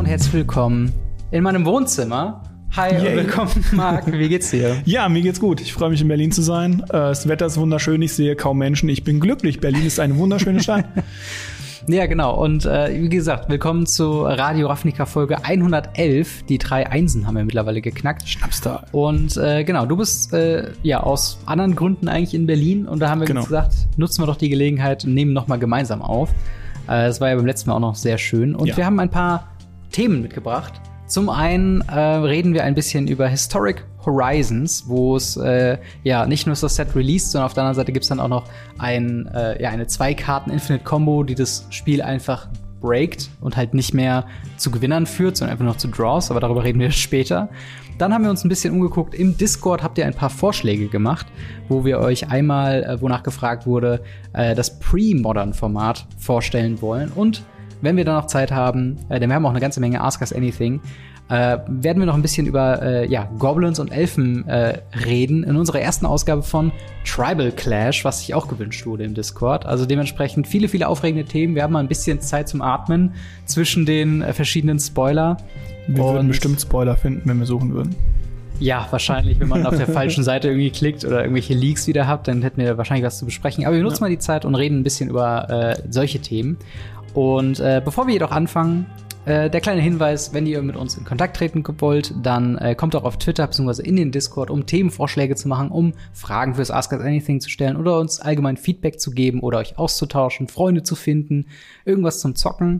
herzlich willkommen in meinem Wohnzimmer. Hi und willkommen, Marc. Wie geht's dir? Ja, mir geht's gut. Ich freue mich, in Berlin zu sein. Das Wetter ist wunderschön, ich sehe kaum Menschen. Ich bin glücklich. Berlin ist eine wunderschöne Stadt. Ja, genau. Und wie gesagt, willkommen zu Radio Ravnica Folge 111. Die 3 Einsen haben wir mittlerweile geknackt. Schnapszahl. Und genau, du bist aus anderen Gründen eigentlich in Berlin. Und da haben wir gesagt, nutzen wir doch die Gelegenheit und nehmen noch mal gemeinsam auf. Das war ja beim letzten Mal auch noch sehr schön. Und wir haben ein paar Themen mitgebracht. Zum einen reden wir ein bisschen über Historic Horizons, wo es nicht nur ist das Set released, sondern auf der anderen Seite gibt es dann auch noch eine 2-Karten-Infinite-Combo, die das Spiel einfach breakt und halt nicht mehr zu Gewinnern führt, sondern einfach noch zu Draws, aber darüber reden wir später. Dann haben wir uns ein bisschen umgeguckt. Im Discord habt ihr ein paar Vorschläge gemacht, wo wir euch einmal, wonach gefragt wurde, das Pre-Modern-Format vorstellen wollen. Und wenn wir dann noch Zeit haben, denn wir haben auch eine ganze Menge Ask Us Anything, werden wir noch ein bisschen über Goblins und Elfen reden in unserer ersten Ausgabe von Tribal Clash, was sich auch gewünscht wurde im Discord. Also dementsprechend viele, viele aufregende Themen. Wir haben mal ein bisschen Zeit zum Atmen zwischen den verschiedenen Spoiler. Wir würden bestimmt Spoiler finden, wenn wir suchen würden. Ja, wahrscheinlich, wenn man auf der falschen Seite irgendwie klickt oder irgendwelche Leaks wieder habt, dann hätten wir wahrscheinlich was zu besprechen. Aber wir nutzen mal die Zeit und reden ein bisschen über solche Themen. Und bevor wir jedoch anfangen, der kleine Hinweis, wenn ihr mit uns in Kontakt treten wollt, dann kommt auch auf Twitter bzw. in den Discord, um Themenvorschläge zu machen, um Fragen fürs Ask Us Anything zu stellen oder uns allgemein Feedback zu geben oder euch auszutauschen, Freunde zu finden, irgendwas zum Zocken.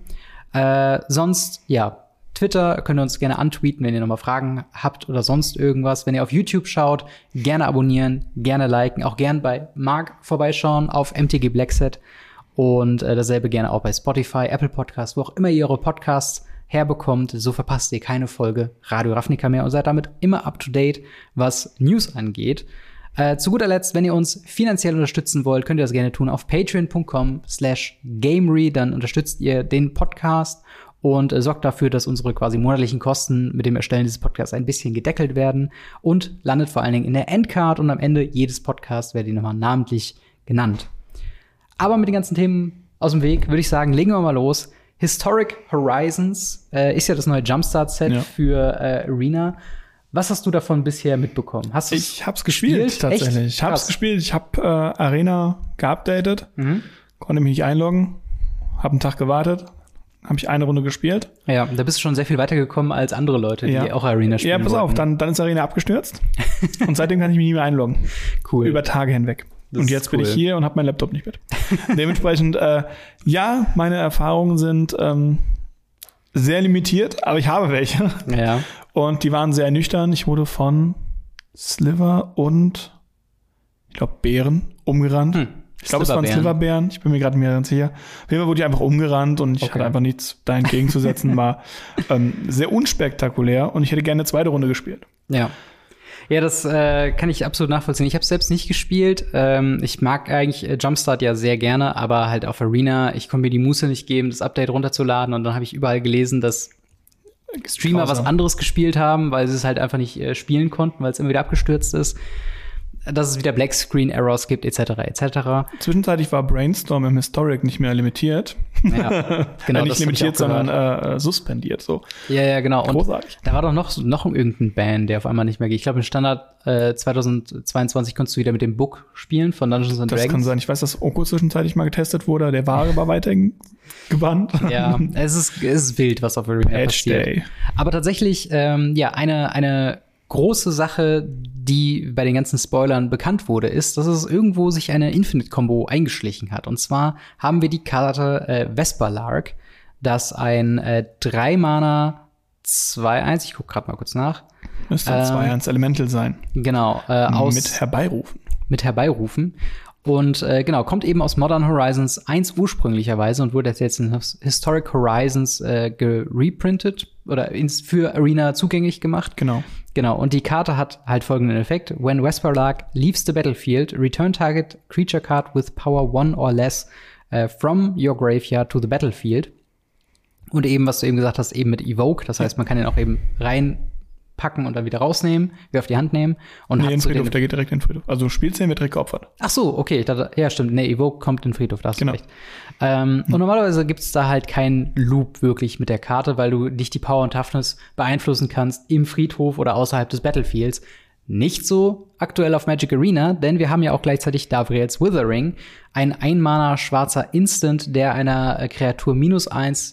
Sonst, Twitter könnt ihr uns gerne antweeten, wenn ihr nochmal Fragen habt oder sonst irgendwas. Wenn ihr auf YouTube schaut, gerne abonnieren, gerne liken, auch gern bei Marc vorbeischauen auf MTG Blackset. Und dasselbe gerne auch bei Spotify, Apple Podcasts, wo auch immer ihr eure Podcasts herbekommt. So verpasst ihr keine Folge Radio Ravnica mehr und seid damit immer up to date, was News angeht. Zu guter Letzt, wenn ihr uns finanziell unterstützen wollt, könnt ihr das gerne tun auf patreon.com/gamery. Dann unterstützt ihr den Podcast und sorgt dafür, dass unsere quasi monatlichen Kosten mit dem Erstellen dieses Podcasts ein bisschen gedeckelt werden und landet vor allen Dingen in der Endcard und am Ende jedes Podcasts werdet ihr nochmal namentlich genannt. Aber mit den ganzen Themen aus dem Weg, würde ich sagen, legen wir mal los. Historic Horizons ist ja das neue Jumpstart-Set für Arena. Was hast du davon bisher mitbekommen? Ich hab's gespielt, tatsächlich. Echt? Ich hab's gespielt. Ich hab Arena geupdatet, konnte mich nicht einloggen, hab einen Tag gewartet, habe ich eine Runde gespielt. Ja, da bist du schon sehr viel weitergekommen als andere Leute, die auch Arena spielen. Ja, pass auf, dann ist Arena abgestürzt und seitdem kann ich mich nie mehr einloggen. Cool. Über Tage hinweg. Und jetzt bin ich hier und habe meinen Laptop nicht mit. Dementsprechend, meine Erfahrungen sind sehr limitiert, aber ich habe welche. Ja. Und die waren sehr nüchtern. Ich wurde von Sliver und, ich glaube, Bären umgerannt. Ich glaube, es waren Sliverbären. Ich bin mir gerade nicht mehr ganz sicher. Auf jeden Fall wurde ich einfach umgerannt und ich hatte einfach nichts da entgegenzusetzen. War sehr unspektakulär und ich hätte gerne eine zweite Runde gespielt. Ja. Ja, das kann ich absolut nachvollziehen. Ich habe es selbst nicht gespielt. Ich mag eigentlich Jumpstart ja sehr gerne, aber halt auf Arena, ich konnte mir die Muße nicht geben, das Update runterzuladen. Und dann habe ich überall gelesen, dass Streamer was anderes gespielt haben, weil sie es halt einfach nicht spielen konnten, weil es immer wieder abgestürzt ist. Dass es wieder Black-Screen-Errors gibt, etc., etc. Zwischenzeitlich war Brainstorm im Historic nicht mehr limitiert. Ja, genau. Nicht limitiert, sondern suspendiert. So. Ja, genau. Großartig. Und da war doch noch irgendein Ban, der auf einmal nicht mehr geht. Ich glaube, im Standard 2022 konntest du wieder mit dem Book spielen von Dungeons & Dragons. Das kann sein. Ich weiß, dass Oko zwischenzeitlich mal getestet wurde. Der war aber weiterhin gebannt. Ja, es ist wild, was auf Arena passiert. Day. Aber tatsächlich, eine große Sache, die bei den ganzen Spoilern bekannt wurde, ist, dass es irgendwo sich eine Infinite-Combo eingeschlichen hat. Und zwar haben wir die Karte Vesperlark, das ein 3-Mana 2/1, ich guck gerade mal kurz nach. Müsste 2/1 Elemental sein. Genau. Mit Herbeirufen. Und kommt eben aus Modern Horizons 1 ursprünglicherweise und wurde jetzt in Historic Horizons gereprintet oder für Arena zugänglich gemacht. Genau. Und die Karte hat halt folgenden Effekt. When Vesperlark leaves the battlefield, return target creature card with power 1 or less from your graveyard to the battlefield. Und eben, was du eben gesagt hast, eben mit Evoke. Das heißt, man kann den auch eben rein packen und dann wieder rausnehmen, wieder auf die Hand nehmen. Und in den Friedhof, der geht direkt in den Friedhof. Also Spielszenen wird direkt geopfert. Ach so, okay. Ja, stimmt. Nee, Evoke kommt in den Friedhof, da hast du recht. Und normalerweise gibt es da halt keinen Loop wirklich mit der Karte, weil du nicht die Power und Toughness beeinflussen kannst im Friedhof oder außerhalb des Battlefields. Nicht so aktuell auf Magic Arena, denn wir haben ja auch gleichzeitig Davriel's Withering, ein 1-Mana schwarzer Instant, der einer Kreatur -1,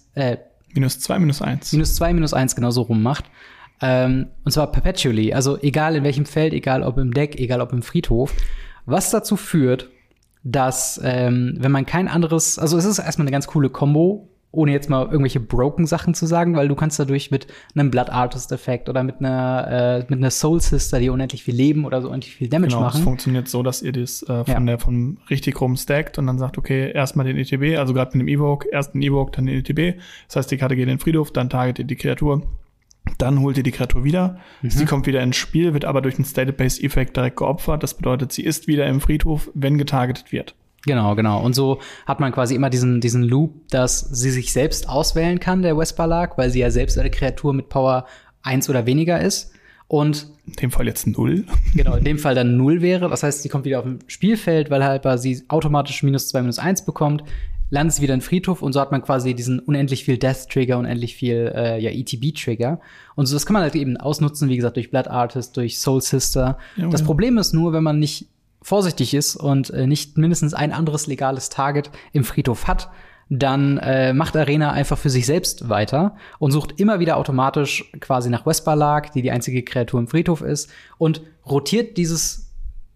-2/-1, genau so rum macht. Und zwar perpetually, also egal in welchem Feld, egal ob im Deck, egal ob im Friedhof. Was dazu führt, dass, wenn man kein anderes, also es ist erstmal eine ganz coole Kombo, ohne jetzt mal irgendwelche broken Sachen zu sagen, weil du kannst dadurch mit einem Blood Artist Effekt oder mit einer Soul Sister, die unendlich viel Leben oder so unendlich viel Damage machen. Genau, es funktioniert so, dass ihr das vom richtig rum stackt und dann sagt, okay, erstmal den ETB, also gerade mit dem Evoke, erst den Evoke, dann den ETB. Das heißt, die Karte geht in den Friedhof, dann target ihr die Kreatur. Dann holt ihr die Kreatur wieder. Sie kommt wieder ins Spiel, wird aber durch einen Stated-Based Effekt direkt geopfert. Das bedeutet, sie ist wieder im Friedhof, wenn getargetet wird. Genau. Und so hat man quasi immer diesen Loop, dass sie sich selbst auswählen kann, der Westbalag, weil sie ja selbst eine Kreatur mit Power 1 oder weniger ist. Und in dem Fall jetzt 0. Genau, in dem Fall dann 0 wäre. Das heißt, sie kommt wieder auf dem Spielfeld, weil halt sie automatisch -2/-1 bekommt. Landet wieder in den Friedhof und so hat man quasi diesen unendlich viel Death-Trigger, unendlich viel ETB-Trigger. Und so das kann man halt eben ausnutzen, wie gesagt, durch Blood Artist, durch Soul Sister. Ja, das Problem ist nur, wenn man nicht vorsichtig ist und nicht mindestens ein anderes legales Target im Friedhof hat, dann macht Arena einfach für sich selbst weiter und sucht immer wieder automatisch quasi nach Westbalag, die einzige Kreatur im Friedhof ist, und rotiert diese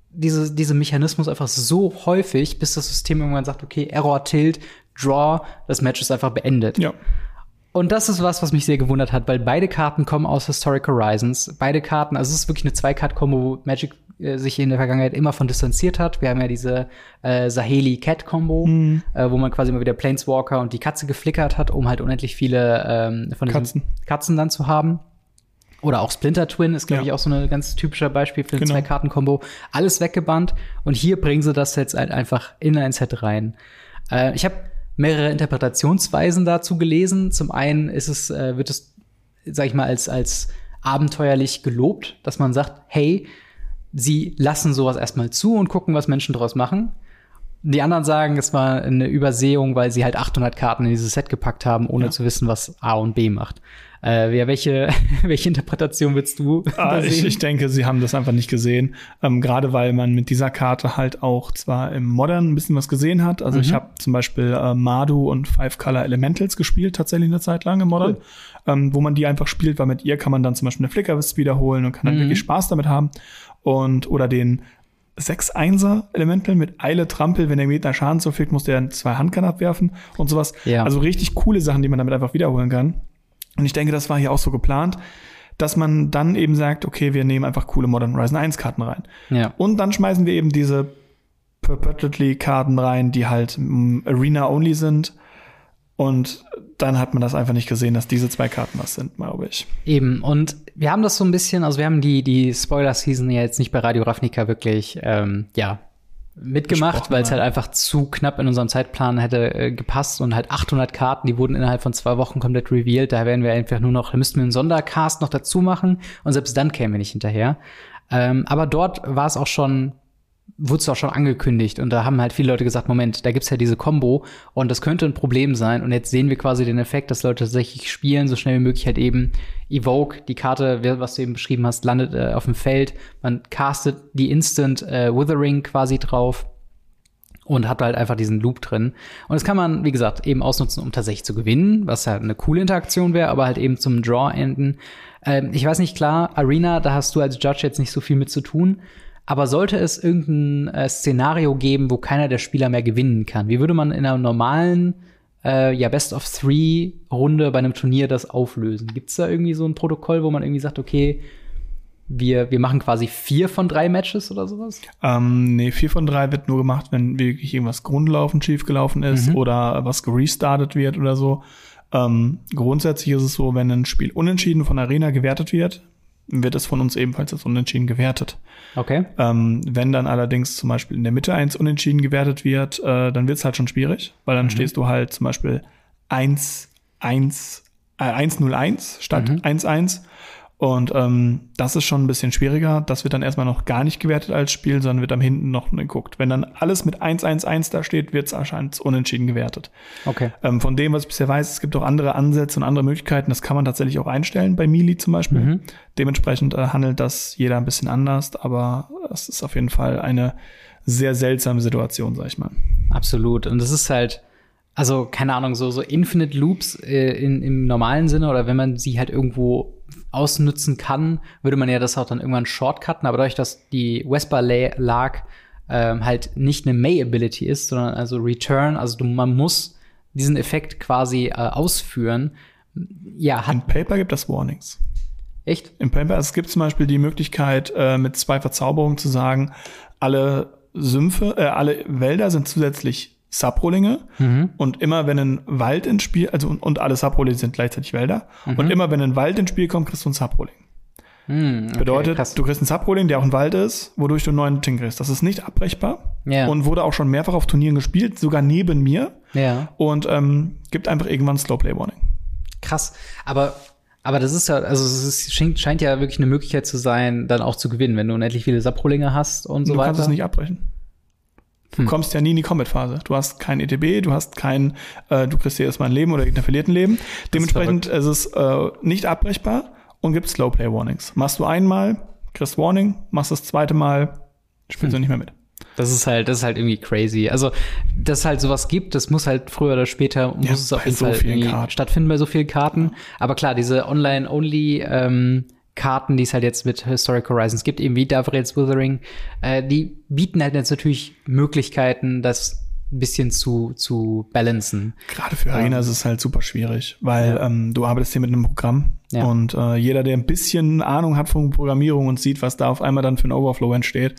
Mechanismus einfach so häufig, bis das System irgendwann sagt, okay, Error, Tilt, Draw, das Match ist einfach beendet. Ja. Und das ist was mich sehr gewundert hat, weil beide Karten kommen aus Historic Horizons. Beide Karten, also es ist wirklich eine 2-Card-Kombo, wo Magic sich in der Vergangenheit immer von distanziert hat. Wir haben ja diese Saheli-Cat-Kombo, wo man quasi immer wieder Planeswalker und die Katze geflickert hat, um halt unendlich viele von diesen Katzen dann zu haben. Oder auch Splinter Twin ist, glaube ich, auch so ein ganz typischer Beispiel für eine 2-Karten-Kombo. Alles weggebannt. Und hier bringen sie das jetzt halt einfach in ein Set rein. Ich habe mehrere Interpretationsweisen dazu gelesen. Zum einen wird es, sag ich mal, als abenteuerlich gelobt, dass man sagt, hey, sie lassen sowas erstmal zu und gucken, was Menschen draus machen. Die anderen sagen, es war eine Übersehung, weil sie halt 800 Karten in dieses Set gepackt haben, ohne zu wissen, was A und B macht. Welche Interpretation willst du da sehen? Ich denke, sie haben das einfach nicht gesehen. Gerade weil man mit dieser Karte halt auch zwar im Modern ein bisschen was gesehen hat. Also ich habe zum Beispiel Mardu und 5-Color Elementals gespielt, tatsächlich eine Zeit lang im Modern. Cool. Wo man die einfach spielt, weil mit ihr kann man dann zum Beispiel eine Flickerwist wiederholen und kann dann wirklich Spaß damit haben. Oder den 6-1er Elemental mit Eile, Trampel, wenn der Gegner Schaden zufügt, muss der 2 Handkarten abwerfen und sowas. Ja. Also richtig coole Sachen, die man damit einfach wiederholen kann. Und ich denke, das war hier auch so geplant, dass man dann eben sagt, okay, wir nehmen einfach coole Modern Horizon 1 Karten rein. Ja. Und dann schmeißen wir eben diese Perpetually Karten rein, die halt Arena-only sind. Und dann hat man das einfach nicht gesehen, dass diese 2 Karten was sind, glaube ich. Eben. Und wir haben das so ein bisschen, also wir haben die Spoiler-Season ja jetzt nicht bei Radio Ravnica wirklich, mitgemacht, weil es halt einfach zu knapp in unserem Zeitplan hätte gepasst und halt 800 Karten, die wurden innerhalb von 2 Wochen komplett revealed. Da wären wir einfach müssten wir einen Sondercast noch dazu machen und selbst dann kämen wir nicht hinterher. Aber dort wurde es auch schon angekündigt und da haben halt viele Leute gesagt, Moment, da gibt's ja diese Combo und das könnte ein Problem sein und jetzt sehen wir quasi den Effekt, dass Leute tatsächlich spielen, so schnell wie möglich halt eben Evoke, die Karte, was du eben beschrieben hast, landet auf dem Feld, man castet die Instant Withering quasi drauf und hat halt einfach diesen Loop drin. Und das kann man, wie gesagt, eben ausnutzen, um tatsächlich zu gewinnen, was ja eine coole Interaktion wäre, aber halt eben zum Draw enden. Ich weiß nicht, klar, Arena, da hast du als Judge jetzt nicht so viel mit zu tun. Aber sollte es irgendein Szenario geben, wo keiner der Spieler mehr gewinnen kann? Wie würde man in einer normalen Best-of-3-Runde bei einem Turnier das auflösen? Gibt es da irgendwie so ein Protokoll, wo man irgendwie sagt, okay, wir machen quasi 4 von 3 Matches oder sowas? Nee, 4 von 3 wird nur gemacht, wenn wirklich irgendwas grundlaufend schief gelaufen ist oder was gerestartet wird oder so. Grundsätzlich ist es so, wenn ein Spiel unentschieden von Arena gewertet wird es von uns ebenfalls als unentschieden gewertet. Okay. Wenn dann allerdings zum Beispiel in der Mitte 1 unentschieden gewertet wird, dann wird es halt schon schwierig, weil dann stehst du halt zum Beispiel 1-0-1 statt 1-1 Und das ist schon ein bisschen schwieriger. Das wird dann erstmal noch gar nicht gewertet als Spiel, sondern wird am hinten noch geguckt. Wenn dann alles mit 1-1-1 da steht, wird es anscheinend unentschieden gewertet. Okay. Von dem, was ich bisher weiß, es gibt auch andere Ansätze und andere Möglichkeiten. Das kann man tatsächlich auch einstellen bei Melee zum Beispiel. Dementsprechend handelt das jeder ein bisschen anders, aber es ist auf jeden Fall eine sehr seltsame Situation, sag ich mal. Absolut. Und das ist halt, also keine Ahnung, so Infinite Loops im normalen Sinne oder wenn man sie halt irgendwo ausnutzen kann, würde man ja das auch dann irgendwann shortcutten. Aber dadurch, dass die Vesper-Lag halt nicht eine May-Ability ist, sondern also Return, also man muss diesen Effekt quasi ausführen. Ja, In Paper gibt es Warnings. Echt? Im Paper, es gibt zum Beispiel die Möglichkeit, mit 2 Verzauberungen zu sagen, alle alle Wälder sind zusätzlich Subrohlinge und immer wenn ein Wald ins Spiel, also und alle Subrohlinge sind gleichzeitig Wälder und immer wenn ein Wald ins Spiel kommt, kriegst du einen Subrohling. Okay, Bedeutet, krass. du kriegst einen Subrohling, der auch ein Wald ist, wodurch du einen neuen Ting kriegst. Das ist nicht abbrechbar und wurde auch schon mehrfach auf Turnieren gespielt, sogar neben mir und gibt einfach irgendwann ein Slowplay-Warning. Krass, aber das ist ja, also es scheint ja wirklich eine Möglichkeit zu sein, dann auch zu gewinnen, wenn du unendlich viele Subrohlinge hast und so weiter. Du kannst es nicht abbrechen. Du kommst ja nie in die Combat-Phase. Du hast kein ETB, du hast du kriegst dir erstmal ein Leben oder Gegner verliert ein Leben. Dementsprechend ist es nicht abbrechbar und gibt Slowplay-Warnings. Machst du einmal, kriegst Warning, machst das zweite Mal, spielst du nicht mehr mit. Das ist halt irgendwie crazy. Also, dass es halt sowas gibt, das muss halt früher oder später muss es auf jeden Fall irgendwie stattfinden bei so vielen Karten. Aber klar, diese Online-Only Karten, die es halt jetzt mit Historic Horizons gibt, eben wie Davriel's Withering, die bieten halt jetzt natürlich Möglichkeiten, das ein bisschen zu balancen. Gerade für Arena ist es halt super schwierig, weil du arbeitest hier mit einem Programm und jeder, der ein bisschen Ahnung hat von Programmierung und sieht, was da auf einmal dann für ein Overflow entsteht,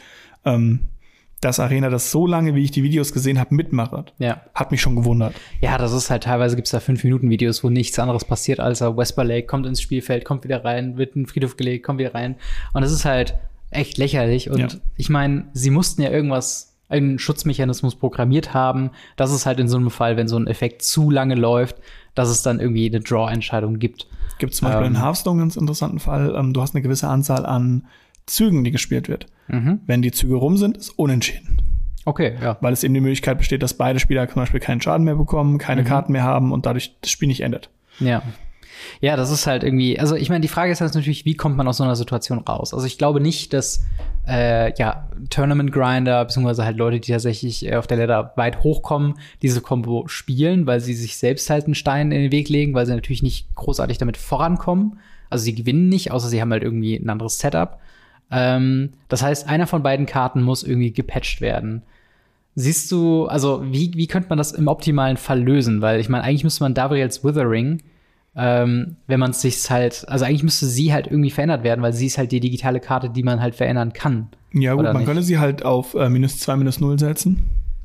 dass Arena das so lange, wie ich die Videos gesehen habe, mitmacht. Hat mich schon gewundert. Ja, das ist halt teilweise gibt's da 5-Minuten-Videos, wo nichts anderes passiert, als Vesper Lake kommt ins Spielfeld, kommt wieder rein, wird in den Friedhof gelegt, kommt wieder rein. Und das ist halt echt lächerlich. Und ich meine, sie mussten ja einen Schutzmechanismus programmiert haben, dass es halt in so einem Fall, wenn so ein Effekt zu lange läuft, dass es dann irgendwie eine Draw-Entscheidung gibt. Gibt zum Beispiel in Hearthstone einen ganz interessanten Fall. Du hast eine gewisse Anzahl an Zügen, die gespielt wird. Wenn die Züge rum sind, ist unentschieden. Okay, ja. Weil es eben die Möglichkeit besteht, dass beide Spieler zum Beispiel keinen Schaden mehr bekommen, keine Karten mehr haben und dadurch das Spiel nicht endet. Ja, das ist halt irgendwie, also ich meine, die Frage ist halt natürlich, wie kommt man aus so einer Situation raus? Also ich glaube nicht, dass Tournament-Grinder, beziehungsweise halt Leute, die tatsächlich auf der Ladder weit hochkommen, diese Combo spielen, weil sie sich selbst halt einen Stein in den Weg legen, weil sie natürlich nicht großartig damit vorankommen. Also sie gewinnen nicht, außer sie haben halt irgendwie ein anderes Setup. Das heißt, einer von beiden Karten muss irgendwie gepatcht werden. Siehst du, also wie könnte man das im optimalen Fall lösen? Weil ich meine, eigentlich müsste man Davriel's Withering, wenn man es sich halt, also eigentlich müsste sie halt irgendwie verändert werden, weil sie ist halt die digitale Karte, die man halt verändern kann. Ja gut, man könnte sie halt auf -2, -0 setzen.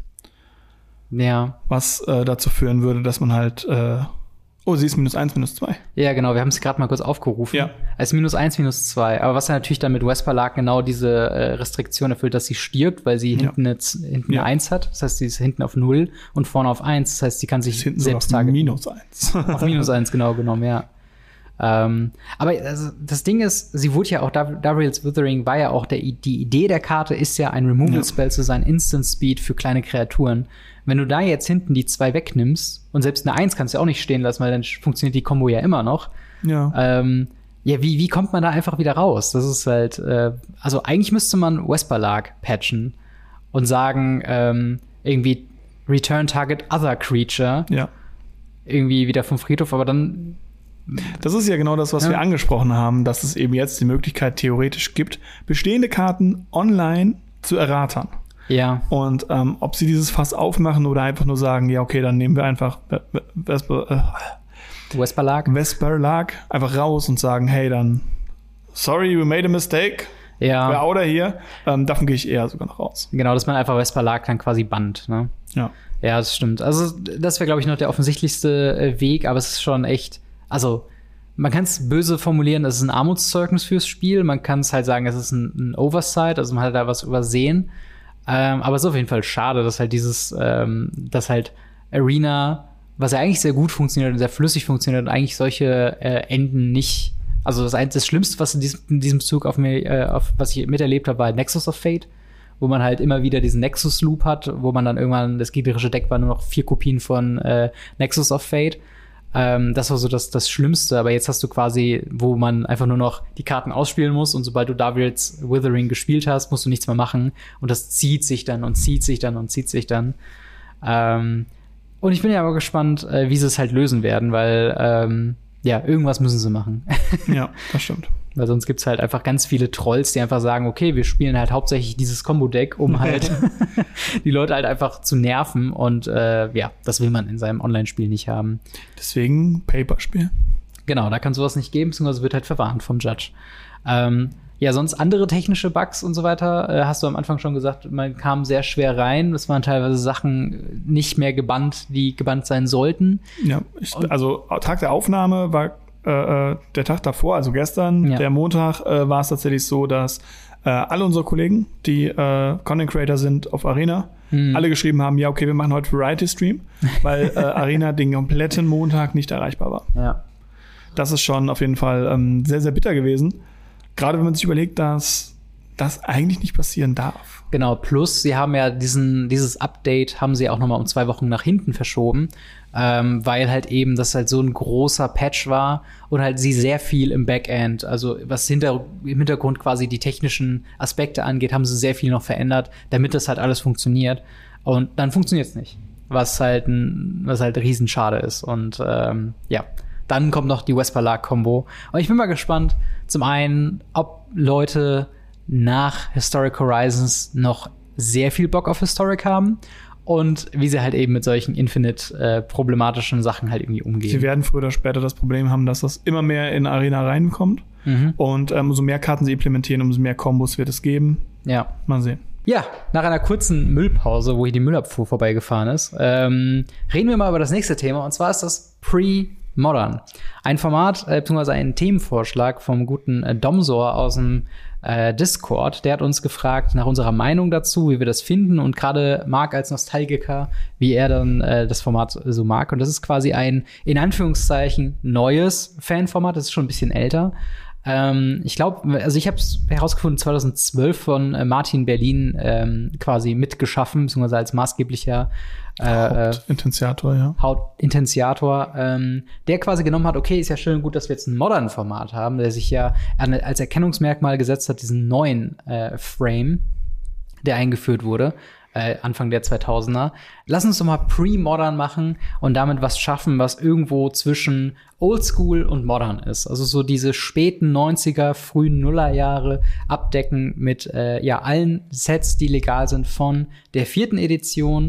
Ja. Was dazu führen würde, dass man halt sie ist -1, -2. Ja, genau, wir haben es gerade mal kurz aufgerufen. Ja. Als -1, -2. Aber was ja natürlich dann mit Vesper Lag genau diese Restriktion erfüllt, dass sie stirbt, weil sie hinten eine 1 hat. Das heißt, sie ist hinten auf 0 und vorne auf 1. Das heißt, sie kann sich selbst targeten. -1. Auf -1, genau genommen, ja. Aber also, das Ding ist, sie wurde ja auch, Davriel's Withering war ja auch die Idee der Karte ist ja, ein Removal-Spell zu sein, Instant Speed für kleine Kreaturen. Wenn du da jetzt hinten die 2 wegnimmst und selbst eine 1 kannst du auch nicht stehen lassen, weil dann funktioniert die Kombo ja immer noch. Wie kommt man da einfach wieder raus? Das ist halt, also eigentlich müsste man Vesper Lag patchen und sagen, irgendwie Return Target Other Creature. Irgendwie wieder vom Friedhof, aber dann das ist ja genau das, was wir angesprochen haben, dass es eben jetzt die Möglichkeit theoretisch gibt, bestehende Karten online zu erratern. Ja. Und ob sie dieses Fass aufmachen oder einfach nur sagen, ja, okay, dann nehmen wir einfach Vesper Lag einfach raus und sagen, hey, dann sorry, we made a mistake. We're out of here. Davon gehe ich eher sogar noch raus. Genau, dass man einfach Vesper Lag dann quasi bannt, ne? Ja, das stimmt. Also das wäre, glaube ich, noch der offensichtlichste Weg, aber es ist schon echt, also man kann es böse formulieren, es ist ein Armutszeugnis fürs Spiel. Man kann es halt sagen, es ist ein Oversight, also man hat da was übersehen. Aber es ist auf jeden Fall schade, dass halt dass halt Arena, was ja eigentlich sehr gut funktioniert und sehr flüssig funktioniert und eigentlich solche Enden nicht Also das Schlimmste, was in diesem Bezug auf was ich miterlebt habe, war Nexus of Fate, wo man halt immer wieder diesen Nexus-Loop hat, wo man dann irgendwann, das gegnerische Deck war nur noch 4 Kopien von Nexus of Fate. Das war so das Schlimmste, aber jetzt hast du quasi, wo man einfach nur noch die Karten ausspielen muss und sobald du Davids Withering gespielt hast, musst du nichts mehr machen und das zieht sich dann und zieht sich dann und zieht sich dann. Und ich bin ja aber gespannt, wie sie es halt lösen werden, weil irgendwas müssen sie machen. Ja, das stimmt. Weil sonst gibt's halt einfach ganz viele Trolls, die einfach sagen, okay, wir spielen halt hauptsächlich dieses Combo-Deck, um halt die Leute halt einfach zu nerven. Und das will man in seinem Online-Spiel nicht haben. Deswegen Paper-Spiel. Genau, da kann sowas nicht geben, beziehungsweise wird halt verwarnt vom Judge. Sonst andere technische Bugs und so weiter, hast du am Anfang schon gesagt, man kam sehr schwer rein. Es waren teilweise Sachen nicht mehr gebannt, die gebannt sein sollten. Ja, also Tag der Aufnahme war der Tag davor, also gestern, der Montag, war es tatsächlich so, dass alle unsere Kollegen, die Content Creator sind auf Arena, alle geschrieben haben, ja, okay, wir machen heute Variety Stream, weil Arena den kompletten Montag nicht erreichbar war. Ja. Das ist schon auf jeden Fall sehr, sehr bitter gewesen. Gerade wenn man sich überlegt, dass das eigentlich nicht passieren darf. Genau, plus sie haben ja dieses Update haben sie auch noch mal um 2 Wochen nach hinten verschoben, weil halt eben das halt so ein großer Patch war und halt sie sehr viel im Backend, also was im Hintergrund quasi die technischen Aspekte angeht, haben sie sehr viel noch verändert, damit das halt alles funktioniert. Und dann funktioniert es nicht, was halt riesenschade ist. Und dann kommt noch die Vesper-Lark-Kombo. Und ich bin mal gespannt, zum einen, ob Leute nach Historic Horizons noch sehr viel Bock auf Historic haben und wie sie halt eben mit solchen Infinite-problematischen Sachen halt irgendwie umgehen. Sie werden früher oder später das Problem haben, dass das immer mehr in Arena reinkommt. Und umso mehr Karten sie implementieren, umso mehr Kombos wird es geben. Ja. Mal sehen. Ja, nach einer kurzen Müllpause, wo hier die Müllabfuhr vorbeigefahren ist, reden wir mal über das nächste Thema. Und zwar ist das Pre-Modern. Ein Format, beziehungsweise ein Themenvorschlag vom guten Domsor aus dem Discord. Der hat uns gefragt nach unserer Meinung dazu, wie wir das finden. Und gerade Marc als Nostalgiker, wie er dann das Format so mag. Und das ist quasi ein, in Anführungszeichen, neues Fanformat. Das ist schon ein bisschen älter. Ich glaube, also ich habe es herausgefunden, 2012 von Martin Berlin quasi mitgeschaffen, beziehungsweise als maßgeblicher Hauptinitiator, der quasi genommen hat, okay, ist ja schön gut, dass wir jetzt ein modernes Format haben, der sich ja als Erkennungsmerkmal gesetzt hat, diesen neuen Frame, der eingeführt wurde. Anfang der 2000er. Lass uns doch mal Pre-Modern machen und damit was schaffen, was irgendwo zwischen Oldschool und Modern ist. Also so diese späten 90er, frühen Nullerjahre abdecken mit allen Sets, die legal sind, von der 4. Edition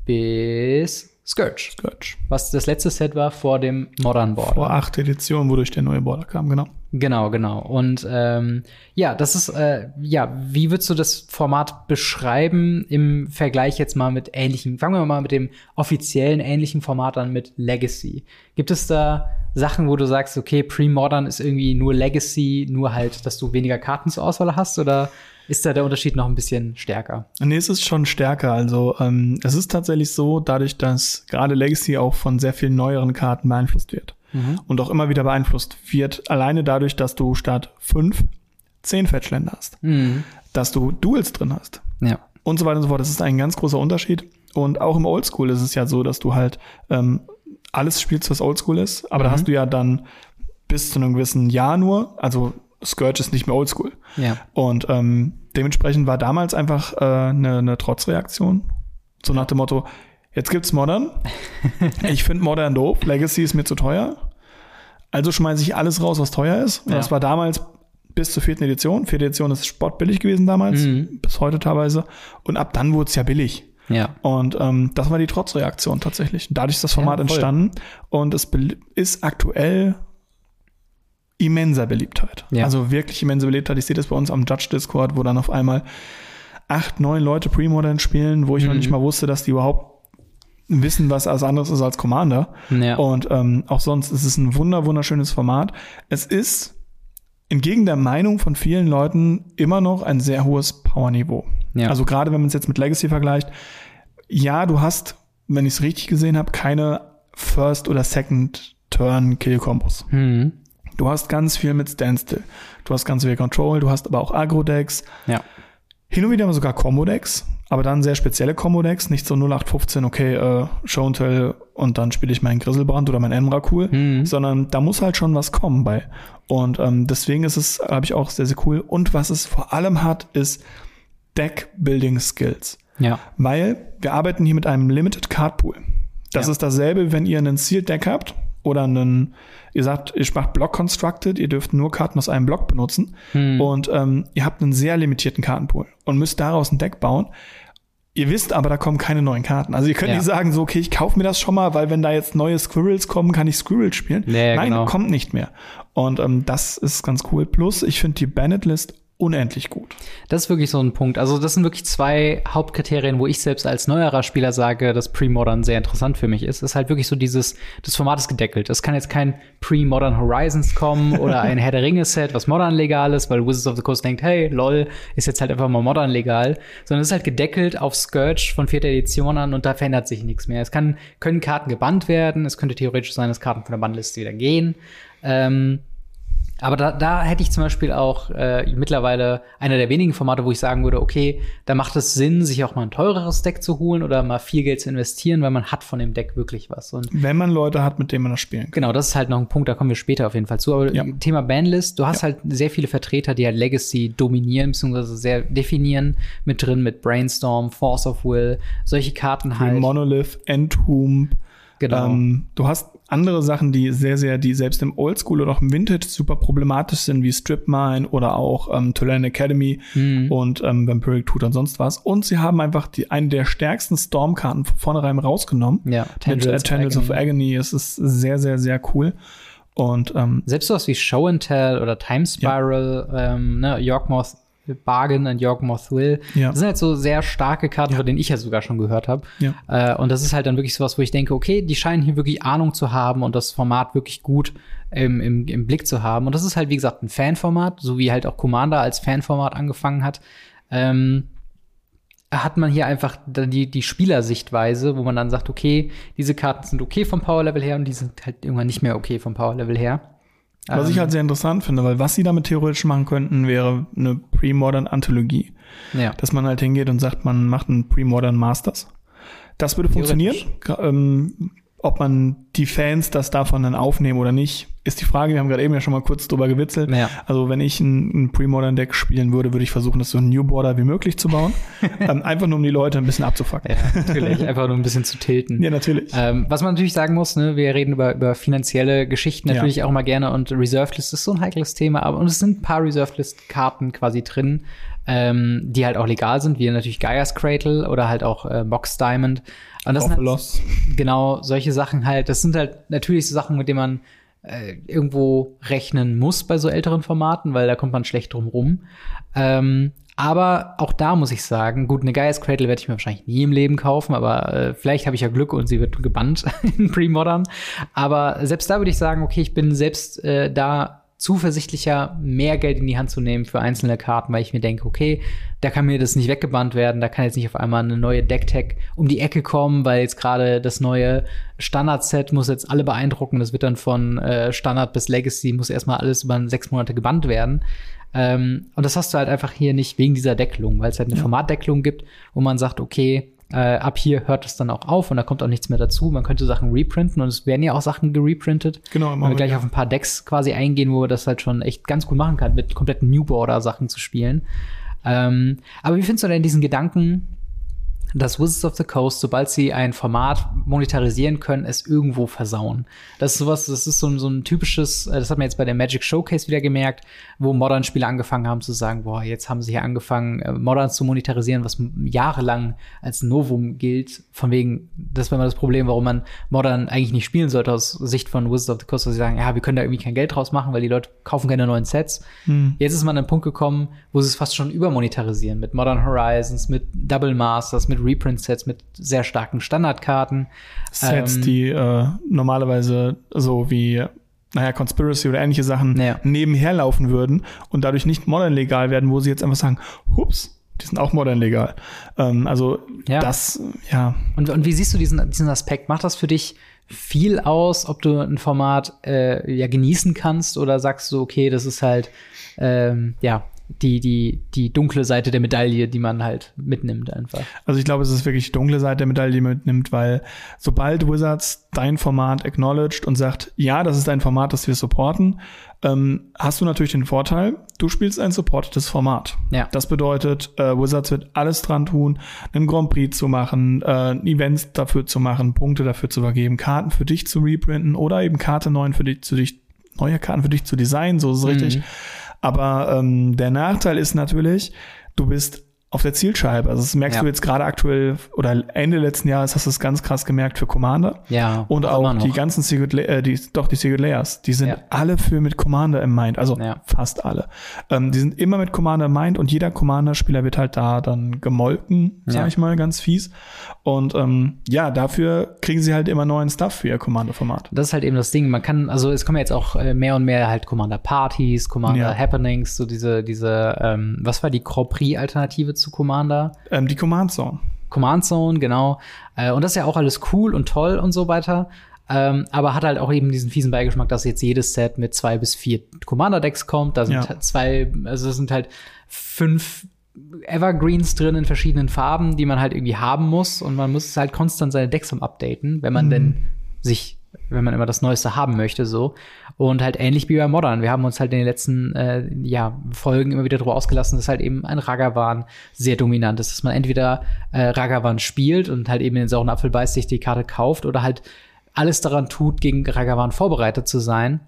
bis Scourge. Was das letzte Set war vor dem Modern Border. Vor 8 Editionen, wodurch der neue Border kam, genau. Genau. Und das ist, wie würdest du das Format beschreiben im Vergleich jetzt mal mit ähnlichen, fangen wir mal mit dem offiziellen ähnlichen Format an mit Legacy. Gibt es da Sachen, wo du sagst, okay, Pre-Modern ist irgendwie nur Legacy, nur halt, dass du weniger Karten zur Auswahl hast, oder ist da der Unterschied noch ein bisschen stärker? Nee, es ist schon stärker. Also es ist tatsächlich so, dadurch, dass gerade Legacy auch von sehr vielen neueren Karten beeinflusst wird und auch immer wieder beeinflusst wird, alleine dadurch, dass du statt 5 10 Fetchländer hast, dass du Duels drin hast und so weiter und so fort. Das ist ein ganz großer Unterschied. Und auch im Oldschool ist es ja so, dass du halt alles spielst, was Oldschool ist, aber da hast du ja dann bis zu einem gewissen Jahr nur, also Scourge ist nicht mehr Oldschool. Ja. Und dementsprechend war damals einfach eine Trotzreaktion. So nach dem Motto, jetzt gibt's Modern. Ich finde Modern doof. Legacy ist mir zu teuer. Also schmeiße ich alles raus, was teuer ist. Und das war damals bis zur 4. Edition. 4. Edition ist sportbillig gewesen damals. Bis heute teilweise. Und ab dann wurde es ja billig. Ja. Und das war die Trotzreaktion tatsächlich. Dadurch ist das Format entstanden. Und es ist aktuell immenser Beliebtheit. Ja. Also wirklich immense Beliebtheit. Ich sehe das bei uns am Judge-Discord, wo dann auf einmal 8, 9 Leute Pre-Modern spielen, wo ich noch nicht mal wusste, dass die überhaupt wissen, was alles anderes ist als Commander. Ja. Und auch sonst ist es ein wunderschönes Format. Es ist entgegen der Meinung von vielen Leuten immer noch ein sehr hohes Powerniveau. Ja. Also gerade wenn man es jetzt mit Legacy vergleicht, ja, du hast, wenn ich es richtig gesehen habe, keine First- oder Second-Turn-Kill-Kombos. Du hast ganz viel mit Standstill. Du hast ganz viel Control, du hast aber auch Agro-Decks. Ja. Hin und wieder sogar Combo-Decks, aber dann sehr spezielle Combo-Decks, nicht so 0815, okay, Show and Tell und dann spiele ich meinen Griselbrand oder mein Emrakul, sondern da muss halt schon was kommen bei. Und deswegen ist es, glaube ich, auch sehr, sehr cool. Und was es vor allem hat, ist Deck-Building-Skills. Ja. Weil wir arbeiten hier mit einem Limited Card Pool. Das ist dasselbe, wenn ihr einen Sealed Deck habt oder ihr sagt, ihr macht Block Constructed, ihr dürft nur Karten aus einem Block benutzen und ihr habt einen sehr limitierten Kartenpool und müsst daraus ein Deck bauen. Ihr wisst aber, da kommen keine neuen Karten. Also ihr könnt nicht sagen, so, okay, ich kaufe mir das schon mal, weil wenn da jetzt neue Squirrels kommen, kann ich Squirrels spielen. Nein, kommt nicht mehr. Und das ist ganz cool. Plus, ich finde die Banned-List unendlich gut. Das ist wirklich so ein Punkt. Also das sind wirklich 2 Hauptkriterien, wo ich selbst als neuerer Spieler sage, dass Pre-Modern sehr interessant für mich ist. Es ist halt wirklich so das Format ist gedeckelt. Es kann jetzt kein Pre-Modern Horizons kommen oder ein Herr der Ringe-Set, was Modern legal ist, weil Wizards of the Coast denkt, hey, lol, ist jetzt halt einfach mal Modern legal. Sondern es ist halt gedeckelt auf Scourge von 4. Edition an und da verändert sich nichts mehr. Es können Karten gebannt werden. Es könnte theoretisch sein, dass Karten von der Bannliste wieder gehen. Aber da hätte ich zum Beispiel auch mittlerweile einer der wenigen Formate, wo ich sagen würde, okay, da macht es Sinn, sich auch mal ein teureres Deck zu holen oder mal viel Geld zu investieren, weil man hat von dem Deck wirklich was. Und wenn man Leute hat, mit denen man das spielen kann. Genau, das ist halt noch ein Punkt, da kommen wir später auf jeden Fall zu. Aber Thema Banlist, du hast halt sehr viele Vertreter, die halt Legacy dominieren, beziehungsweise sehr definieren mit drin, mit Brainstorm, Force of Will, solche Karten halt. Monolith, Entomb. Genau. Du hast andere Sachen, die die selbst im Oldschool oder auch im Vintage super problematisch sind, wie Strip Mine oder auch Tulane Academy und Vampiric Tutor und sonst was. Und sie haben einfach eine der stärksten Storm-Karten von vornherein rausgenommen. Ja, Tendrils of Agony. Es ist sehr, sehr, sehr cool. Und selbst sowas wie Show and Tell oder Time Spiral, Yawgmoth Bargain und Yawgmoth Will. Ja. Das sind halt so sehr starke Karten, von denen ich ja sogar schon gehört habe. Ja. Und das ist halt dann wirklich sowas, wo ich denke, okay, die scheinen hier wirklich Ahnung zu haben und das Format wirklich gut im Blick zu haben. Und das ist halt, wie gesagt, ein Fanformat, so wie halt auch Commander als Fanformat angefangen hat. Hat man hier einfach die Spielersichtweise, wo man dann sagt, okay, diese Karten sind okay vom Powerlevel her und die sind halt irgendwann nicht mehr okay vom Powerlevel her. Was ich halt sehr interessant finde, weil was sie damit theoretisch machen könnten, wäre eine Pre-Modern Anthologie. Ja. Dass man halt hingeht und sagt, man macht einen Pre-Modern Masters. Das würde funktionieren. Ob man die Fans das davon dann aufnehmen oder nicht, ist die Frage. Wir haben gerade eben ja schon mal kurz drüber gewitzelt. Ja. Also wenn ich ein Pre-Modern-Deck spielen würde, würde ich versuchen, das so New Border wie möglich zu bauen. Einfach nur, um die Leute ein bisschen abzufucken. Ja, natürlich. Einfach nur ein bisschen zu tilten. Ja, natürlich. Was man natürlich sagen muss, ne, wir reden über finanzielle Geschichten natürlich auch mal gerne und Reserved List ist so ein heikles Thema. Und es sind ein paar Reserved List-Karten quasi drin, die halt auch legal sind, wie natürlich Gaia's Cradle oder halt auch Mox Diamond. Und das sind halt, genau solche Sachen halt. Das sind halt natürlich so Sachen, mit denen man irgendwo rechnen muss bei so älteren Formaten, weil da kommt man schlecht drum rum. Aber auch da muss ich sagen, gut, eine Gaia's Cradle werde ich mir wahrscheinlich nie im Leben kaufen, aber vielleicht habe ich ja Glück und sie wird gebannt in Pre-Modern. Aber selbst da würde ich sagen, okay, ich bin selbst da zuversichtlicher, mehr Geld in die Hand zu nehmen für einzelne Karten, weil ich mir denke, okay, da kann mir das nicht weggebannt werden, da kann jetzt nicht auf einmal eine neue Deck-Tag um die Ecke kommen, weil jetzt gerade das neue Standard-Set muss jetzt alle beeindrucken, das wird dann von Standard bis Legacy, muss erstmal alles über 6 Monate gebannt werden. Und das hast du halt einfach hier nicht wegen dieser Deckelung, weil es halt eine Formatdeckelung gibt, wo man sagt, okay, ab hier hört es dann auch auf und da kommt auch nichts mehr dazu. Man könnte Sachen reprinten und es werden ja auch Sachen gereprintet. Genau. Wenn wir gleich auf ein paar Decks quasi eingehen, wo man das halt schon echt ganz gut machen kann, mit kompletten New Border Sachen zu spielen. Aber wie findest du denn diesen Gedanken, dass Wizards of the Coast, sobald sie ein Format monetarisieren können, es irgendwo versauen? Das ist sowas, das ist so ein typisches, das hat man jetzt bei der Magic Showcase wieder gemerkt, wo Modern-Spieler angefangen haben zu sagen, boah, jetzt haben sie hier angefangen, Modern zu monetarisieren, was jahrelang als Novum gilt. Von wegen, das war immer das Problem, warum man Modern eigentlich nicht spielen sollte aus Sicht von Wizards of the Coast, wo sie sagen, ja, wir können da irgendwie kein Geld draus machen, weil die Leute kaufen keine neuen Sets. Jetzt ist man an den Punkt gekommen, wo sie es fast schon übermonetarisieren, mit Modern Horizons, mit Double Masters, mit Reprint-Sets, mit sehr starken Standardkarten. Sets, die normalerweise so wie Conspiracy oder ähnliche Sachen nebenher laufen würden und dadurch nicht modern legal werden, wo sie jetzt einfach sagen, hups, die sind auch modern legal. Das, Und wie siehst du diesen Aspekt? Macht das für dich viel aus, ob du ein Format genießen kannst oder sagst du, okay, das ist halt die dunkle Seite der Medaille, die man halt mitnimmt einfach. Also ich glaube, es ist wirklich die dunkle Seite der Medaille, die man mitnimmt, weil sobald Wizards dein Format acknowledged und sagt, ja, das ist ein Format, das wir supporten, hast du natürlich den Vorteil, du spielst ein supportetes Format. Ja. Das bedeutet, Wizards wird alles dran tun, einen Grand Prix zu machen, Events dafür zu machen, Punkte dafür zu vergeben, Karten für dich zu reprinten oder eben neue Karten für dich zu designen, so ist es richtig. Aber der Nachteil ist natürlich, du bist auf der Zielscheibe. Also das merkst du jetzt gerade aktuell oder Ende letzten Jahres hast du es ganz krass gemerkt für Commander. Ja. Und auch die ganzen Secret Layers, die sind alle mit Commander im Mind. Also fast alle. Die sind immer mit Commander im Mind und jeder Commander-Spieler wird halt da dann gemolken, sag ich mal, ganz fies. Und dafür kriegen sie halt immer neuen Stuff für ihr Commander-Format. Das ist halt eben das Ding. Man kann, also es kommen jetzt auch mehr und mehr halt Commander-Partys, Commander-Happenings, so diese was war die Grand Prix-Alternative zu Commander? Die Command Zone. Command Zone, genau. Und das ist ja auch alles cool und toll und so weiter. Aber hat halt auch eben diesen fiesen Beigeschmack, dass jetzt jedes Set mit 2 bis 4 Commander-Decks kommt. Da sind es sind halt 5 Evergreens drin in verschiedenen Farben, die man halt irgendwie haben muss. Und man muss halt konstant seine Decks updaten, wenn man wenn man immer das Neueste haben möchte, so. Und halt ähnlich wie bei Modern. Wir haben uns halt in den letzten Folgen immer wieder darüber ausgelassen, dass halt eben ein Ragavan sehr dominant ist. Dass man entweder Ragavan spielt und halt eben in den sauren Apfel beißt, sich die Karte kauft oder halt alles daran tut, gegen Ragavan vorbereitet zu sein.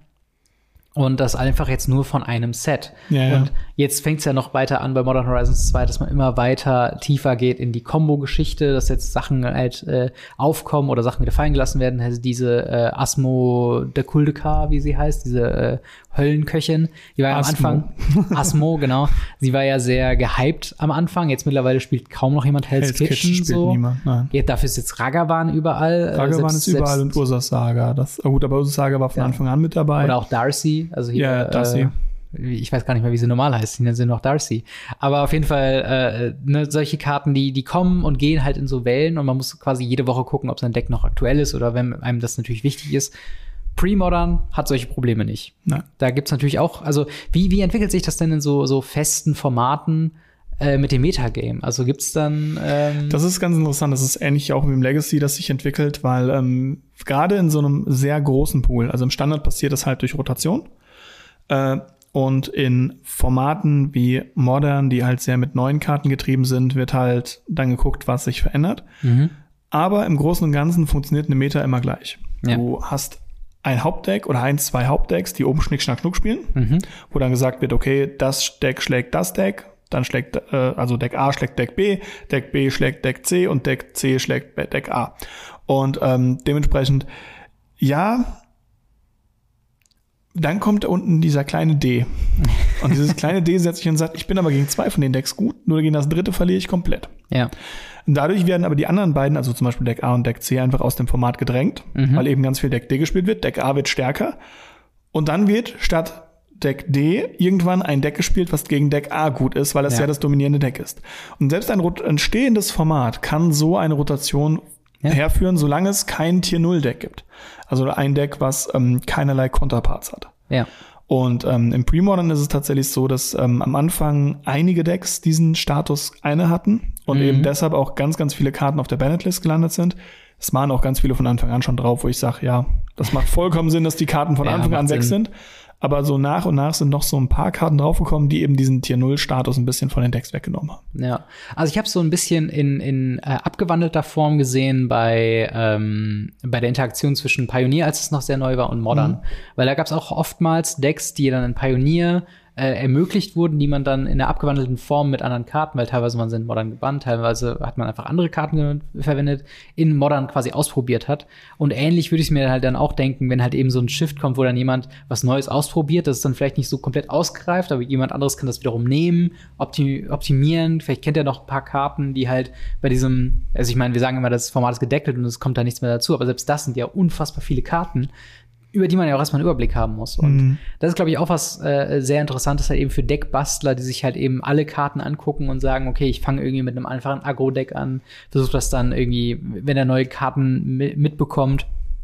Und das einfach jetzt nur von einem Set. Ja. Und jetzt fängt es ja noch weiter an bei Modern Horizons 2, dass man immer weiter tiefer geht in die Combo-Geschichte, dass jetzt Sachen halt aufkommen oder Sachen wieder fallen gelassen werden. Also diese Asmo de Kuldekar, wie sie heißt, diese Höllenköchin, die war ja am Anfang Asmo, genau. Sie war ja sehr gehypt am Anfang. Jetzt mittlerweile spielt kaum noch jemand Hell's Kitchen spielt so. Niemand, nein. Ja, dafür ist jetzt Ragavan überall. Ragavan ist überall und Ursas Saga. Gut, aber Ursas Saga war von Anfang an mit dabei. Oder auch Darcy. Also hier, Darcy. Ich weiß gar nicht mehr, wie sie normal heißt. Die nennen sie noch Darcy. Aber auf jeden Fall solche Karten, die kommen und gehen halt in so Wellen und man muss quasi jede Woche gucken, ob sein Deck noch aktuell ist oder wenn einem das natürlich wichtig ist. Pre-Modern hat solche Probleme nicht. Nein. Da gibt's natürlich auch, also wie entwickelt sich das denn in so festen Formaten mit dem Metagame? Also gibt's dann Das ist ganz interessant. Das ist ähnlich auch wie im Legacy, das sich entwickelt, weil gerade in so einem sehr großen Pool, also im Standard passiert das halt durch Rotation und in Formaten wie Modern, die halt sehr mit neuen Karten getrieben sind, wird halt dann geguckt, was sich verändert. Aber im Großen und Ganzen funktioniert eine Meta immer gleich. Ja. Du hast ein Hauptdeck oder 2 Hauptdecks, die oben Schnick, Schnack, Schnuck spielen, wo dann gesagt wird, okay, das Deck schlägt das Deck, dann schlägt, also Deck A schlägt Deck B schlägt Deck C und Deck C schlägt Deck A. Und dementsprechend, dann kommt da unten dieser kleine D. Und dieses kleine D setzt sich und sagt, ich bin aber gegen 2 von den Decks gut, nur gegen das dritte verliere ich komplett. Ja. Und dadurch werden aber die anderen beiden, also zum Beispiel Deck A und Deck C, einfach aus dem Format gedrängt, weil eben ganz viel Deck D gespielt wird. Deck A wird stärker. Und dann wird statt Deck D irgendwann ein Deck gespielt, was gegen Deck A gut ist, weil es ja das dominierende Deck ist. Und selbst ein stehendes Format kann so eine Rotation herführen, solange es kein Tier-0-Deck gibt. Also ein Deck, was keinerlei Counterparts hat. Ja. Und im Pre-Modern ist es tatsächlich so, dass am Anfang einige Decks diesen Status hatten und eben deshalb auch ganz, ganz viele Karten auf der Banned-List gelandet sind. Es waren auch ganz viele von Anfang an schon drauf, wo ich sage, ja, das macht vollkommen Sinn, dass die Karten von Anfang an weg sind. Aber so nach und nach sind noch so ein paar Karten draufgekommen, die eben diesen Tier-0-Status ein bisschen von den Decks weggenommen haben. Ja, also ich habe so ein bisschen in abgewandelter Form gesehen bei der Interaktion zwischen Pioneer, als es noch sehr neu war, und Modern. Weil da gab es auch oftmals Decks, die dann in Pioneer ermöglicht wurden, die man dann in der abgewandelten Form mit anderen Karten, weil teilweise man sind Modern gebannt, teilweise hat man einfach andere Karten verwendet, in Modern quasi ausprobiert hat. Und ähnlich würde ich mir halt dann auch denken, wenn halt eben so ein Shift kommt, wo dann jemand was Neues ausprobiert, das ist dann vielleicht nicht so komplett ausgereift, aber jemand anderes kann das wiederum nehmen, optimieren. Vielleicht kennt ihr noch ein paar Karten, die halt bei diesem, also ich meine, wir sagen immer, das Format ist gedeckelt und es kommt da nichts mehr dazu, aber selbst das sind ja unfassbar viele Karten, über die man ja auch erstmal einen Überblick haben muss. Und das ist, glaube ich, auch was sehr Interessantes halt eben für Deckbastler, die sich halt eben alle Karten angucken und sagen, okay, ich fange irgendwie mit einem einfachen Agro-Deck an, versuche das dann irgendwie, wenn er neue Karten mitbekommt,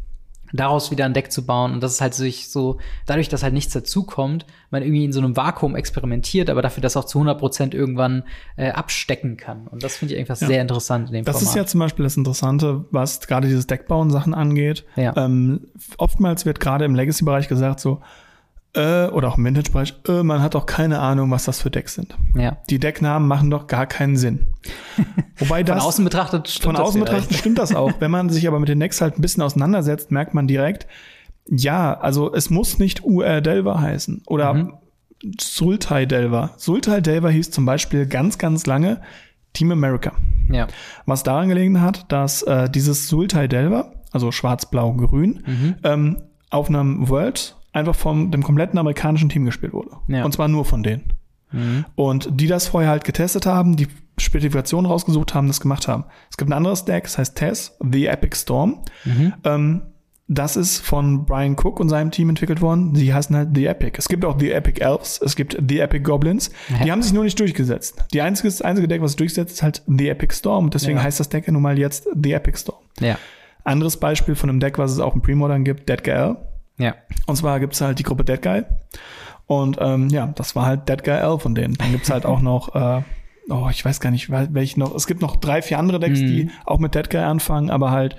daraus wieder ein Deck zu bauen und das ist halt sich so, dadurch, dass halt nichts dazukommt, man irgendwie in so einem Vakuum experimentiert, aber dafür das auch zu 100% irgendwann abstecken kann. Und das finde ich einfach sehr interessant in dem Format. Das ist ja zum Beispiel das Interessante, was gerade dieses Deckbauen-Sachen angeht. Ja. Oftmals wird gerade im Legacy-Bereich gesagt so, oder auch im Vintage-Bereich, man hat doch keine Ahnung, was das für Decks sind. Ja. Die Decknamen machen doch gar keinen Sinn. Wobei das von außen betrachtet stimmt das auch. Wenn man sich aber mit den Decks halt ein bisschen auseinandersetzt, merkt man direkt, ja, also es muss nicht Delver heißen oder Sultai Delver. Sultai Delver hieß zum Beispiel ganz, ganz lange Team America. Ja. Was daran gelegen hat, dass dieses Sultai Delver, also schwarz-blau-grün, auf einem World einfach von dem kompletten amerikanischen Team gespielt wurde. Ja. Und zwar nur von denen. Und die das vorher halt getestet haben, die Spezifikationen rausgesucht haben, das gemacht haben. Es gibt ein anderes Deck, das heißt TES, The Epic Storm. Das ist von Brian Cook und seinem Team entwickelt worden. Die heißen halt The Epic. Es gibt auch The Epic Elves, es gibt The Epic Goblins. Die haben sich nur nicht durchgesetzt. Das einzige Deck, was sich durchsetzt, ist halt The Epic Storm. Deswegen heißt das Deck ja nun mal jetzt The Epic Storm. Ja. Anderes Beispiel von einem Deck, was es auch im Pre-Modern gibt, Dead Guy. Ja. Und zwar gibt's halt die Gruppe Dead Guy. Und das war halt Dead Guy L von denen. Dann gibt's halt auch noch, ich weiß gar nicht, welche noch. Es gibt noch 3-4 andere Decks, die auch mit Dead Guy anfangen, aber halt,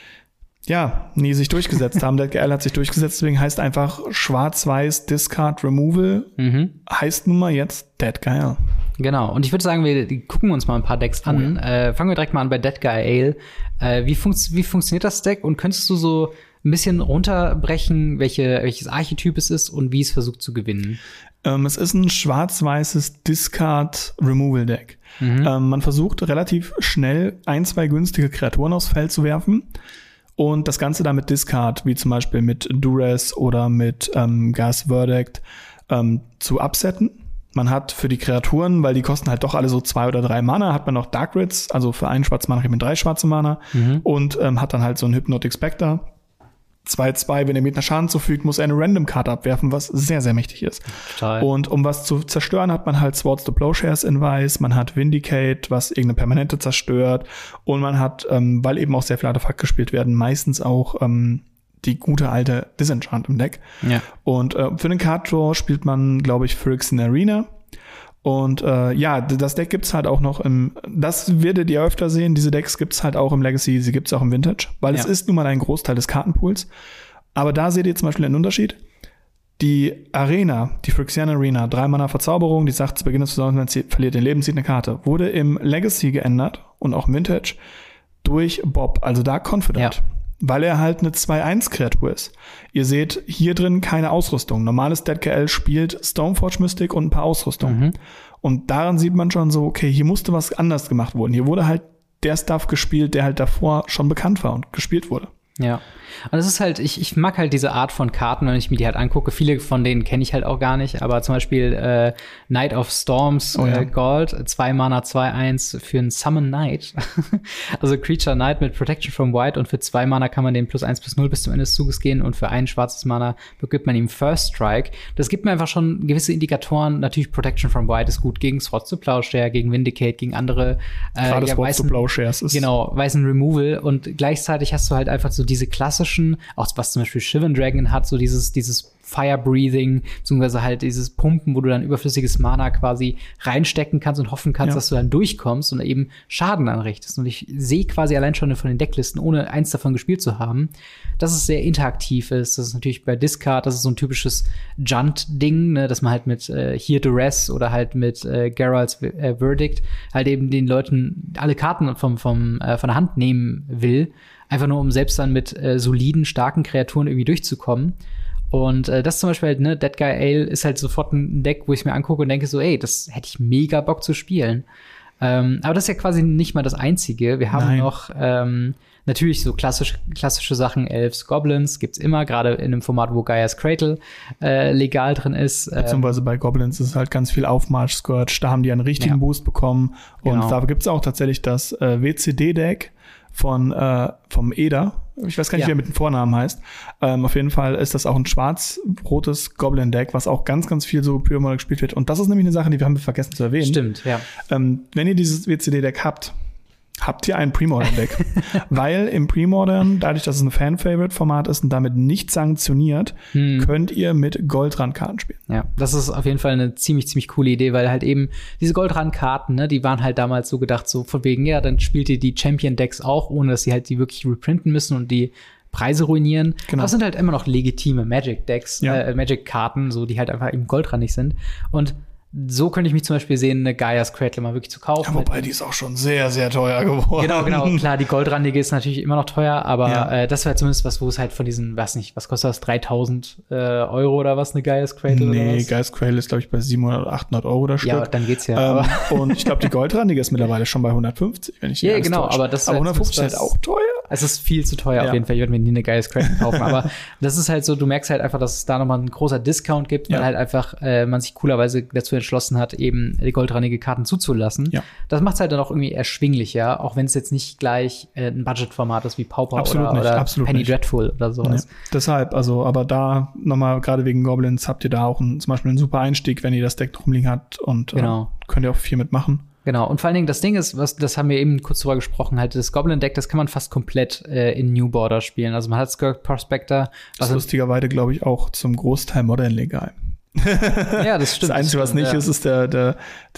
nie sich durchgesetzt haben. Dead Guy L hat sich durchgesetzt, deswegen heißt einfach Schwarz-Weiß Discard Removal, heißt nun mal jetzt Dead Guy L. Genau, und ich würde sagen, wir gucken uns mal ein paar Decks an. Fangen wir direkt mal an bei Dead Guy Ale. Wie funktioniert das Deck und könntest du so ein bisschen runterbrechen, welches Archetyp es ist und wie es versucht zu gewinnen? Es ist ein schwarz-weißes Discard-Removal-Deck. Man versucht relativ schnell 1-2 günstige Kreaturen aufs Feld zu werfen und das Ganze dann mit Discard, wie zum Beispiel mit Duress oder mit Gas Verdict, zu upsetten. Man hat für die Kreaturen, weil die kosten halt doch alle so 2 oder 3 Mana, hat man noch Dark Rids, also für einen schwarzen Mana mit 3 schwarze Mana und hat dann halt so einen Hypnotic Spectre. 2/2, wenn er mit einer Schaden zufügt, muss er eine Random-Card abwerfen, was sehr, sehr mächtig ist. Total. Und um was zu zerstören, hat man halt Swords to Plowshares in Weiß, man hat Vindicate, was irgendeine Permanente zerstört und man hat, weil eben auch sehr viele Artefakte gespielt werden, meistens auch die gute alte Disenchant im Deck. Ja. Und für den Card Draw spielt man, glaube ich, Phyrexian Arena. Und das Deck gibt's halt auch noch das werdet ihr öfter sehen, diese Decks gibt's halt auch im Legacy, sie gibt's auch im Vintage, weil es ist nun mal ein Großteil des Kartenpools. Aber da seht ihr zum Beispiel einen Unterschied. Die Arena, die Phyrexian Arena, 3 Mana Verzauberung, die sagt zu Beginn des Zusammenhangs, verliert den Leben, zieht eine Karte, wurde im Legacy geändert und auch im Vintage durch Bob, also Dark Confidant. Ja. Weil er halt eine 2/1-Kreatur ist. Ihr seht hier drin keine Ausrüstung. Normales Dead KL spielt Stoneforge Mystic und ein paar Ausrüstungen. Und daran sieht man schon so, okay, hier musste was anders gemacht worden. Hier wurde halt der Stuff gespielt, der halt davor schon bekannt war und gespielt wurde. Ja. Und es ist halt, ich mag halt diese Art von Karten, wenn ich mir die halt angucke. Viele von denen kenne ich halt auch gar nicht, aber zum Beispiel Knight of Storms, Gold, 2 Mana, 2/1 für einen Summon Knight. Also Creature Knight mit Protection from White und für 2 Mana kann man den +1/+0 bis zum Ende des Zuges gehen und für ein schwarzes Mana begibt man ihm First Strike. Das gibt mir einfach schon gewisse Indikatoren. Natürlich Protection from White ist gut gegen Swords to Plowshare, gegen Vindicate, gegen andere gerade Swords to Plowshares ist. Genau, weißen Removal und gleichzeitig hast du halt einfach so diese klassischen, auch was zum Beispiel Shivan Dragon hat, so dieses Fire Breathing, beziehungsweise halt dieses Pumpen, wo du dann überflüssiges Mana quasi reinstecken kannst und hoffen kannst, dass du dann durchkommst und eben Schaden anrichtest. Und ich sehe quasi allein schon von den Decklisten, ohne eins davon gespielt zu haben, dass es sehr interaktiv ist. Das ist natürlich bei Discard, das ist so ein typisches Junt-Ding, ne, dass man halt mit Here Duress oder halt mit Geralt's Verdict halt eben den Leuten alle Karten von der Hand nehmen will. Einfach nur, um selbst dann mit soliden, starken Kreaturen irgendwie durchzukommen. Und das zum Beispiel halt, ne, Dead Guy Ale ist halt sofort ein Deck, wo ich mir angucke und denke so, ey, das hätte ich mega Bock zu spielen. Aber das ist ja quasi nicht mal das Einzige. Wir haben noch natürlich so klassische Sachen, Elves, Goblins gibt's immer, gerade in einem Format, wo Gaia's Cradle legal drin ist. Beziehungsweise bei Goblins ist halt ganz viel Aufmarsch, Scourge, da haben die einen richtigen Boost bekommen. Und da gibt's auch tatsächlich das WCD-Deck vom Eder. Ich weiß gar nicht, wie er mit dem Vornamen heißt. Auf jeden Fall ist das auch ein schwarz-rotes Goblin-Deck, was auch ganz, ganz viel so Pre-Modern gespielt wird. Und das ist nämlich eine Sache, die wir haben vergessen zu erwähnen. Stimmt, ja. Wenn ihr dieses WCD-Deck habt, habt ihr ein Pre-Modern-Deck. Weil im Pre-Modern, dadurch, dass es ein Fan-Favorite-Format ist und damit nicht sanktioniert, könnt ihr mit Goldrand-Karten spielen. Ja, das ist auf jeden Fall eine ziemlich coole Idee, weil halt eben diese Goldrand-Karten, ne, die waren halt damals so gedacht, so von wegen, ja, dann spielt ihr die Champion-Decks auch, ohne dass sie halt die wirklich reprinten müssen und die Preise ruinieren. Genau. Aber es sind halt immer noch legitime Magic-Decks, Magic-Karten, so, die halt einfach eben goldrandig sind. Und so könnte ich mich zum Beispiel sehen, eine Gaia's Cradle mal wirklich zu kaufen. Ja, wobei die ist auch schon sehr, sehr teuer geworden. Genau. Klar, die goldrandige ist natürlich immer noch teuer, aber das wäre zumindest was, wo es halt von diesen, weiß nicht, was kostet das, 3.000 Euro oder was, eine Gaia's Cradle? Nee, oder was? Gaia's Cradle ist, glaube ich, bei 700 oder 800 Euro das Stück. Ja, dann geht's ja. Und ich glaube, die goldrandige ist mittlerweile schon bei 150, wenn ich nicht genau, aber das ist aber 150 ist halt auch teuer. Es ist viel zu teuer auf jeden Fall. Ich würde mir nie eine Gaia's Cradle kaufen. Aber das ist halt so, du merkst halt einfach, dass es da nochmal ein großer Discount gibt, weil halt einfach man sich coolerweise dazu entschlossen hat, eben die goldrandige Karten zuzulassen. Ja. Das macht es halt dann auch irgendwie erschwinglicher, auch wenn es jetzt nicht gleich ein Budgetformat ist wie Pauper oder Penny Dreadful oder sowas. Nee. Deshalb, also, aber da nochmal, gerade wegen Goblins, habt ihr da auch zum Beispiel einen super Einstieg, wenn ihr das Deck rumliegen habt und könnt ihr auch viel mitmachen. Genau, und vor allen Dingen das Ding ist, das haben wir eben kurz drüber gesprochen, halt das Goblin-Deck, das kann man fast komplett in New Border spielen. Also man hat Skirk Prospector. Das ist lustigerweise, glaube ich, auch zum Großteil modern legal. Ja, das stimmt. Das Einzige, was nicht ist der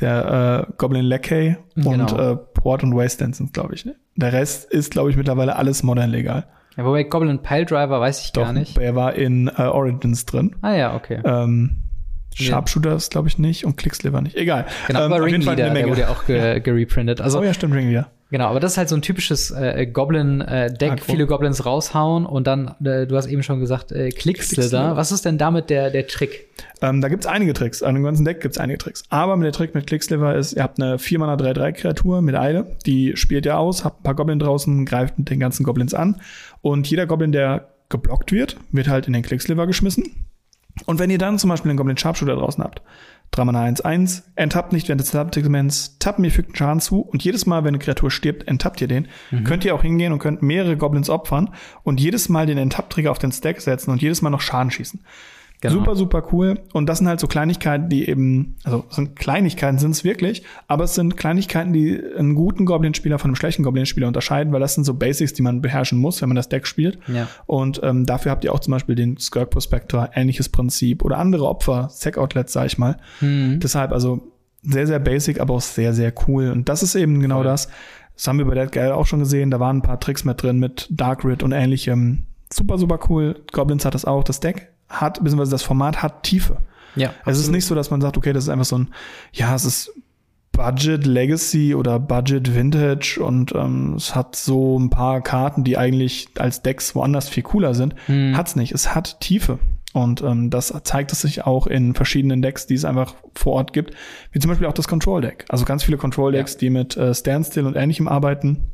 Goblin Lackey und Port und Wasteland sind, glaube ich. Ne? Der Rest ist, glaube ich, mittlerweile alles modern legal. Ja, wobei Goblin Piledriver weiß ich gar nicht. Er war in Origins drin. Ah ja, okay. Sharpshooter ist, glaube ich, nicht und Quicksliver nicht. Egal. Genau, aber Ringleader, der wurde ja auch gereprintet. Also, ja, stimmt, Ringleader. Genau, aber das ist halt so ein typisches Goblin-Deck, viele Goblins raushauen und dann, du hast eben schon gesagt, Quickslither. Was ist denn damit der Trick? Da gibt's einige Tricks. An dem ganzen Deck gibt's einige Tricks. Aber der Trick mit Quicksilver ist, ihr habt eine 4-Mana 3/3-Kreatur mit Eile. Die spielt ihr aus, habt ein paar Goblin draußen, greift mit den ganzen Goblins an. Und jeder Goblin, der geblockt wird halt in den Quicksilver geschmissen. Und wenn ihr dann zum Beispiel einen Goblin Sharpshooter draußen habt, 3 Mana 1/1, enttappt nicht während des Tappsegments, tappen, ihr fügt einen Schaden zu und jedes Mal, wenn eine Kreatur stirbt, enttappt ihr den. Könnt ihr auch hingehen und könnt mehrere Goblins opfern und jedes Mal den Enttapp-Trigger auf den Stack setzen und jedes Mal noch Schaden schießen. Genau. Super, super cool. Und das sind halt so Kleinigkeiten, die eben, also Kleinigkeiten sind es wirklich, aber es sind Kleinigkeiten, die einen guten Goblin-Spieler von einem schlechten Goblin-Spieler unterscheiden, weil das sind so Basics, die man beherrschen muss, wenn man das Deck spielt. Ja. Und dafür habt ihr auch zum Beispiel den Skirk Prospector, ähnliches Prinzip oder andere Opfer, Sack-Outlets, sag ich mal. Deshalb also sehr, sehr basic, aber auch sehr, sehr cool. Und das ist eben genau das. Das haben wir bei Dead Guy auch schon gesehen. Da waren ein paar Tricks mit drin mit Dark Rid und ähnlichem. Super, super cool. Goblins hat das auch. Das Deck hat, beziehungsweise das Format hat Tiefe. Ja, es ist nicht so, dass man sagt, okay, das ist einfach so ein, es ist Budget Legacy oder Budget Vintage und es hat so ein paar Karten, die eigentlich als Decks woanders viel cooler sind. Hat's nicht. Es hat Tiefe. Und das zeigt es sich auch in verschiedenen Decks, die es einfach vor Ort gibt. Wie zum Beispiel auch das Control-Deck. Also ganz viele Control-Decks, die mit Standstill und Ähnlichem arbeiten.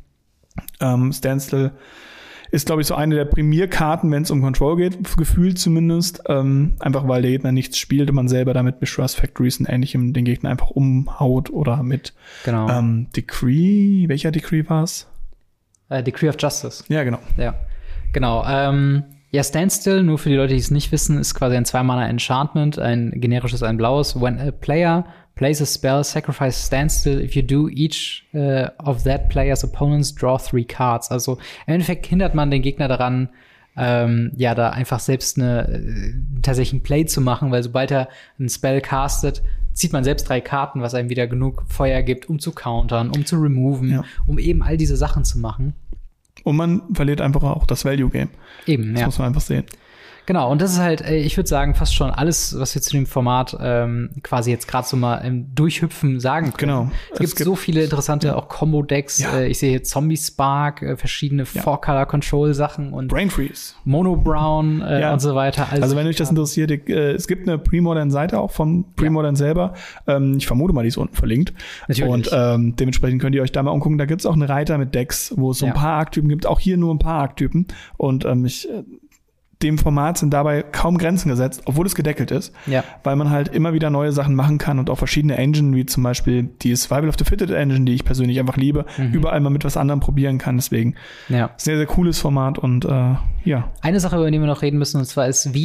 Standstill ist, glaube ich, so eine der Primärkarten, wenn es um Control geht, gefühlt zumindest. Einfach weil der Gegner nichts spielt und man selber damit mit Trust Factories und Ähnlichem den Gegner einfach umhaut oder mit Decree. Welcher Decree war's? Decree of Justice. Ja, genau. Ja, genau. Standstill, nur für die Leute, die es nicht wissen, ist quasi ein 2-Mana-Enchantment, ein generisches, ein blaues. When a player plays a spell, sacrifice Standstill. If you do, each of that player's opponents draw 3 cards. Also im Endeffekt hindert man den Gegner daran, da einfach selbst tatsächlich ein Play zu machen, weil sobald er einen Spell castet, zieht man selbst 3 Karten, was einem wieder genug Feuer gibt, um zu countern, um zu removen, um eben all diese Sachen zu machen. Und man verliert einfach auch das Value-Game. Eben, das muss man einfach sehen. Genau, und das ist halt, ich würde sagen, fast schon alles, was wir zu dem Format quasi jetzt gerade so mal im Durchhüpfen sagen können. Genau. Es gibt so viele interessante auch Combo-Decks. Ja. Ich sehe hier Zombie Spark, verschiedene 4-Color-Control-Sachen und Brain Freeze. Mono Brown und so weiter. Also wenn euch das interessiert, es gibt eine Pre-Modern-Seite auch von Pre-Modern selber. Ich vermute mal, die ist unten verlinkt. Natürlich. Und dementsprechend könnt ihr euch da mal umgucken. Da gibt es auch eine Reiter mit Decks, wo es so ein paar Archetypen gibt. Auch hier nur ein paar Archetypen. Und dem Format sind dabei kaum Grenzen gesetzt, obwohl es gedeckelt ist, weil man halt immer wieder neue Sachen machen kann und auch verschiedene Engine, wie zum Beispiel die Survival of the Fitted Engine, die ich persönlich einfach liebe, überall mal mit was anderem probieren kann. Deswegen sehr, sehr cooles Format und Eine Sache, über die wir noch reden müssen, und zwar ist, wie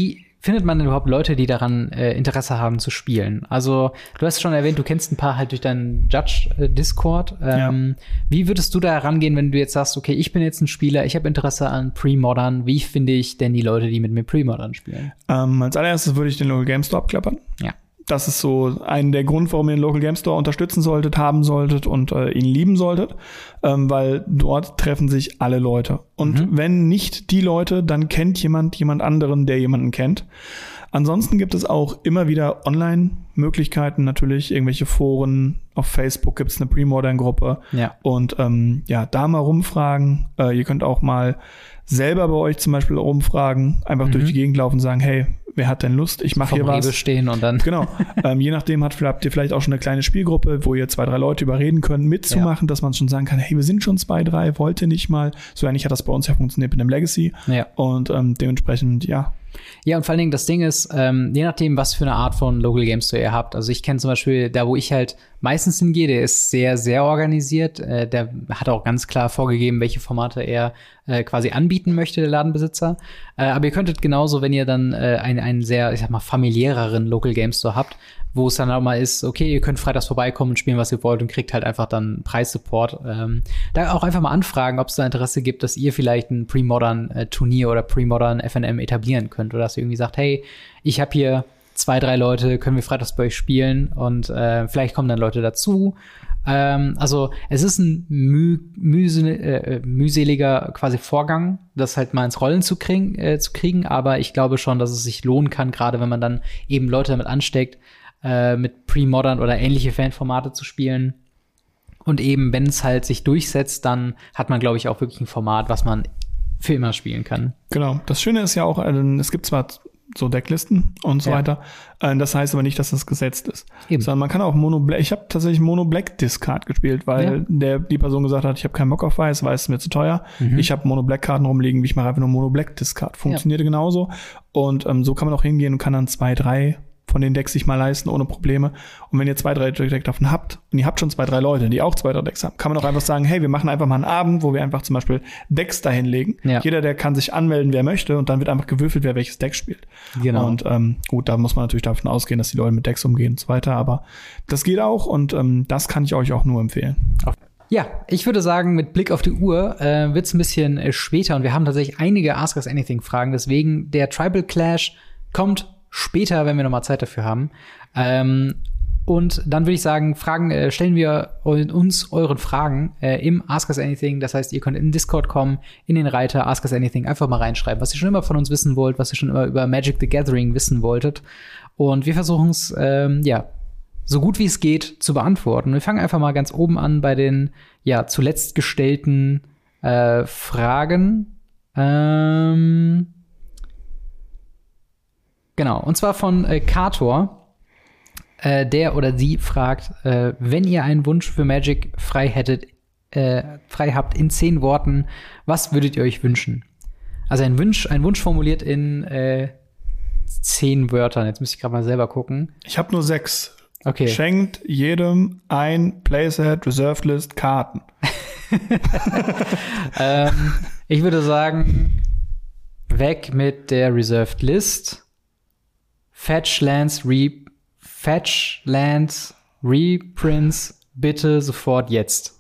findet man denn überhaupt Leute, die daran Interesse haben zu spielen? Also, du hast schon erwähnt, du kennst ein paar halt durch deinen Judge-Discord. Wie würdest du da herangehen, wenn du jetzt sagst, okay, ich bin jetzt ein Spieler, ich habe Interesse an Pre-Modern. Wie finde ich denn die Leute, die mit mir Pre-Modern spielen? Als allererstes würde ich den Local Game Store abklappern. Ja. Das ist so der Grund, warum ihr den Local Game Store unterstützen solltet, haben solltet und ihn lieben solltet, weil dort treffen sich alle Leute. Und wenn nicht die Leute, dann kennt jemand anderen, der jemanden kennt. Ansonsten gibt es auch immer wieder Online-Möglichkeiten, natürlich irgendwelche Foren. Auf Facebook gibt es eine Pre-Modern-Gruppe. Ja. Und da mal rumfragen. Ihr könnt auch mal selber bei euch zum Beispiel rumfragen, einfach durch die Gegend laufen und sagen, hey, wer hat denn Lust? Ich mache hier was. Rewe stehen und dann. Genau. Je nachdem habt ihr vielleicht auch schon eine kleine Spielgruppe, wo ihr 2, 3 Leute überreden könnt, mitzumachen, dass man schon sagen kann, hey, wir sind schon 2, 3, wollt ihr nicht mal? So ähnlich hat das bei uns ja funktioniert mit dem Legacy. Ja. Und dementsprechend, ja. Ja, und vor allen Dingen das Ding ist, je nachdem, was für eine Art von Local Game Store ihr habt. Also ich kenne zum Beispiel, da wo ich halt meistens hingehe, der ist sehr, sehr organisiert. Der hat auch ganz klar vorgegeben, welche Formate er quasi anbieten möchte, der Ladenbesitzer. Aber ihr könntet genauso, wenn ihr dann einen sehr, ich sag mal, familiäreren Local Game Store habt, wo es dann auch mal ist, okay, ihr könnt freitags vorbeikommen und spielen, was ihr wollt und kriegt halt einfach dann Preissupport. Da auch einfach mal anfragen, ob es da Interesse gibt, dass ihr vielleicht ein Pre-Modern Turnier oder Pre-Modern FNM etablieren könnt. Oder dass ihr irgendwie sagt, hey, ich habe hier 2, 3 Leute, können wir freitags bei euch spielen und vielleicht kommen dann Leute dazu. Also es ist ein mühseliger quasi Vorgang, das halt mal ins Rollen zu kriegen, aber ich glaube schon, dass es sich lohnen kann, gerade wenn man dann eben Leute damit ansteckt, mit Pre-Modern oder ähnliche Fanformate zu spielen. Und eben, wenn es halt sich durchsetzt, dann hat man, glaube ich, auch wirklich ein Format, was man für immer spielen kann. Genau. Das Schöne ist ja auch, es gibt zwar so Decklisten und so weiter. Das heißt aber nicht, dass das gesetzt ist. Eben. Sondern man kann auch ich habe tatsächlich Mono-Black Discard gespielt, weil die Person gesagt hat, ich habe keinen Bock auf Weiß ist mir zu teuer. Ich habe Mono-Black-Karten rumliegen, ich mache einfach nur Mono-Black Discard. Funktionierte genauso. Und so kann man auch hingehen und kann dann 2, 3 von den Decks sich mal leisten, ohne Probleme. Und wenn ihr 2, 3 Decks davon habt, und ihr habt schon 2, 3 Leute, die auch 2, 3 Decks haben, kann man auch einfach sagen, hey, wir machen einfach mal einen Abend, wo wir einfach zum Beispiel Decks dahin legen. Ja. Jeder, der kann sich anmelden, wer möchte, und dann wird einfach gewürfelt, wer welches Deck spielt. Genau. Und gut, da muss man natürlich davon ausgehen, dass die Leute mit Decks umgehen und so weiter, aber das geht auch und das kann ich euch auch nur empfehlen. Ja, ich würde sagen, mit Blick auf die Uhr wird's ein bisschen später und wir haben tatsächlich einige Ask Us Anything-Fragen, deswegen der Tribal Clash kommt später, wenn wir noch mal Zeit dafür haben. Und dann würde ich sagen, stellen wir uns euren Fragen im Ask Us Anything. Das heißt, ihr könnt in den Discord kommen, in den Reiter Ask Us Anything, einfach mal reinschreiben, was ihr schon immer von uns wissen wollt, was ihr schon immer über Magic the Gathering wissen wolltet. Und wir versuchen es, so gut wie es geht zu beantworten. Wir fangen einfach mal ganz oben an bei den, zuletzt gestellten Fragen. Genau, und zwar von Kator. Der oder sie fragt, wenn ihr einen Wunsch für Magic frei habt in 10 Worten, was würdet ihr euch wünschen? Also ein Wunsch formuliert in 10 Wörtern. Jetzt müsste ich gerade mal selber gucken. Ich habe nur 6. Okay. Schenkt jedem ein Playset Reserved List Karten. Ich würde sagen, weg mit der Reserved List. Fetch Lands Reprints bitte sofort jetzt.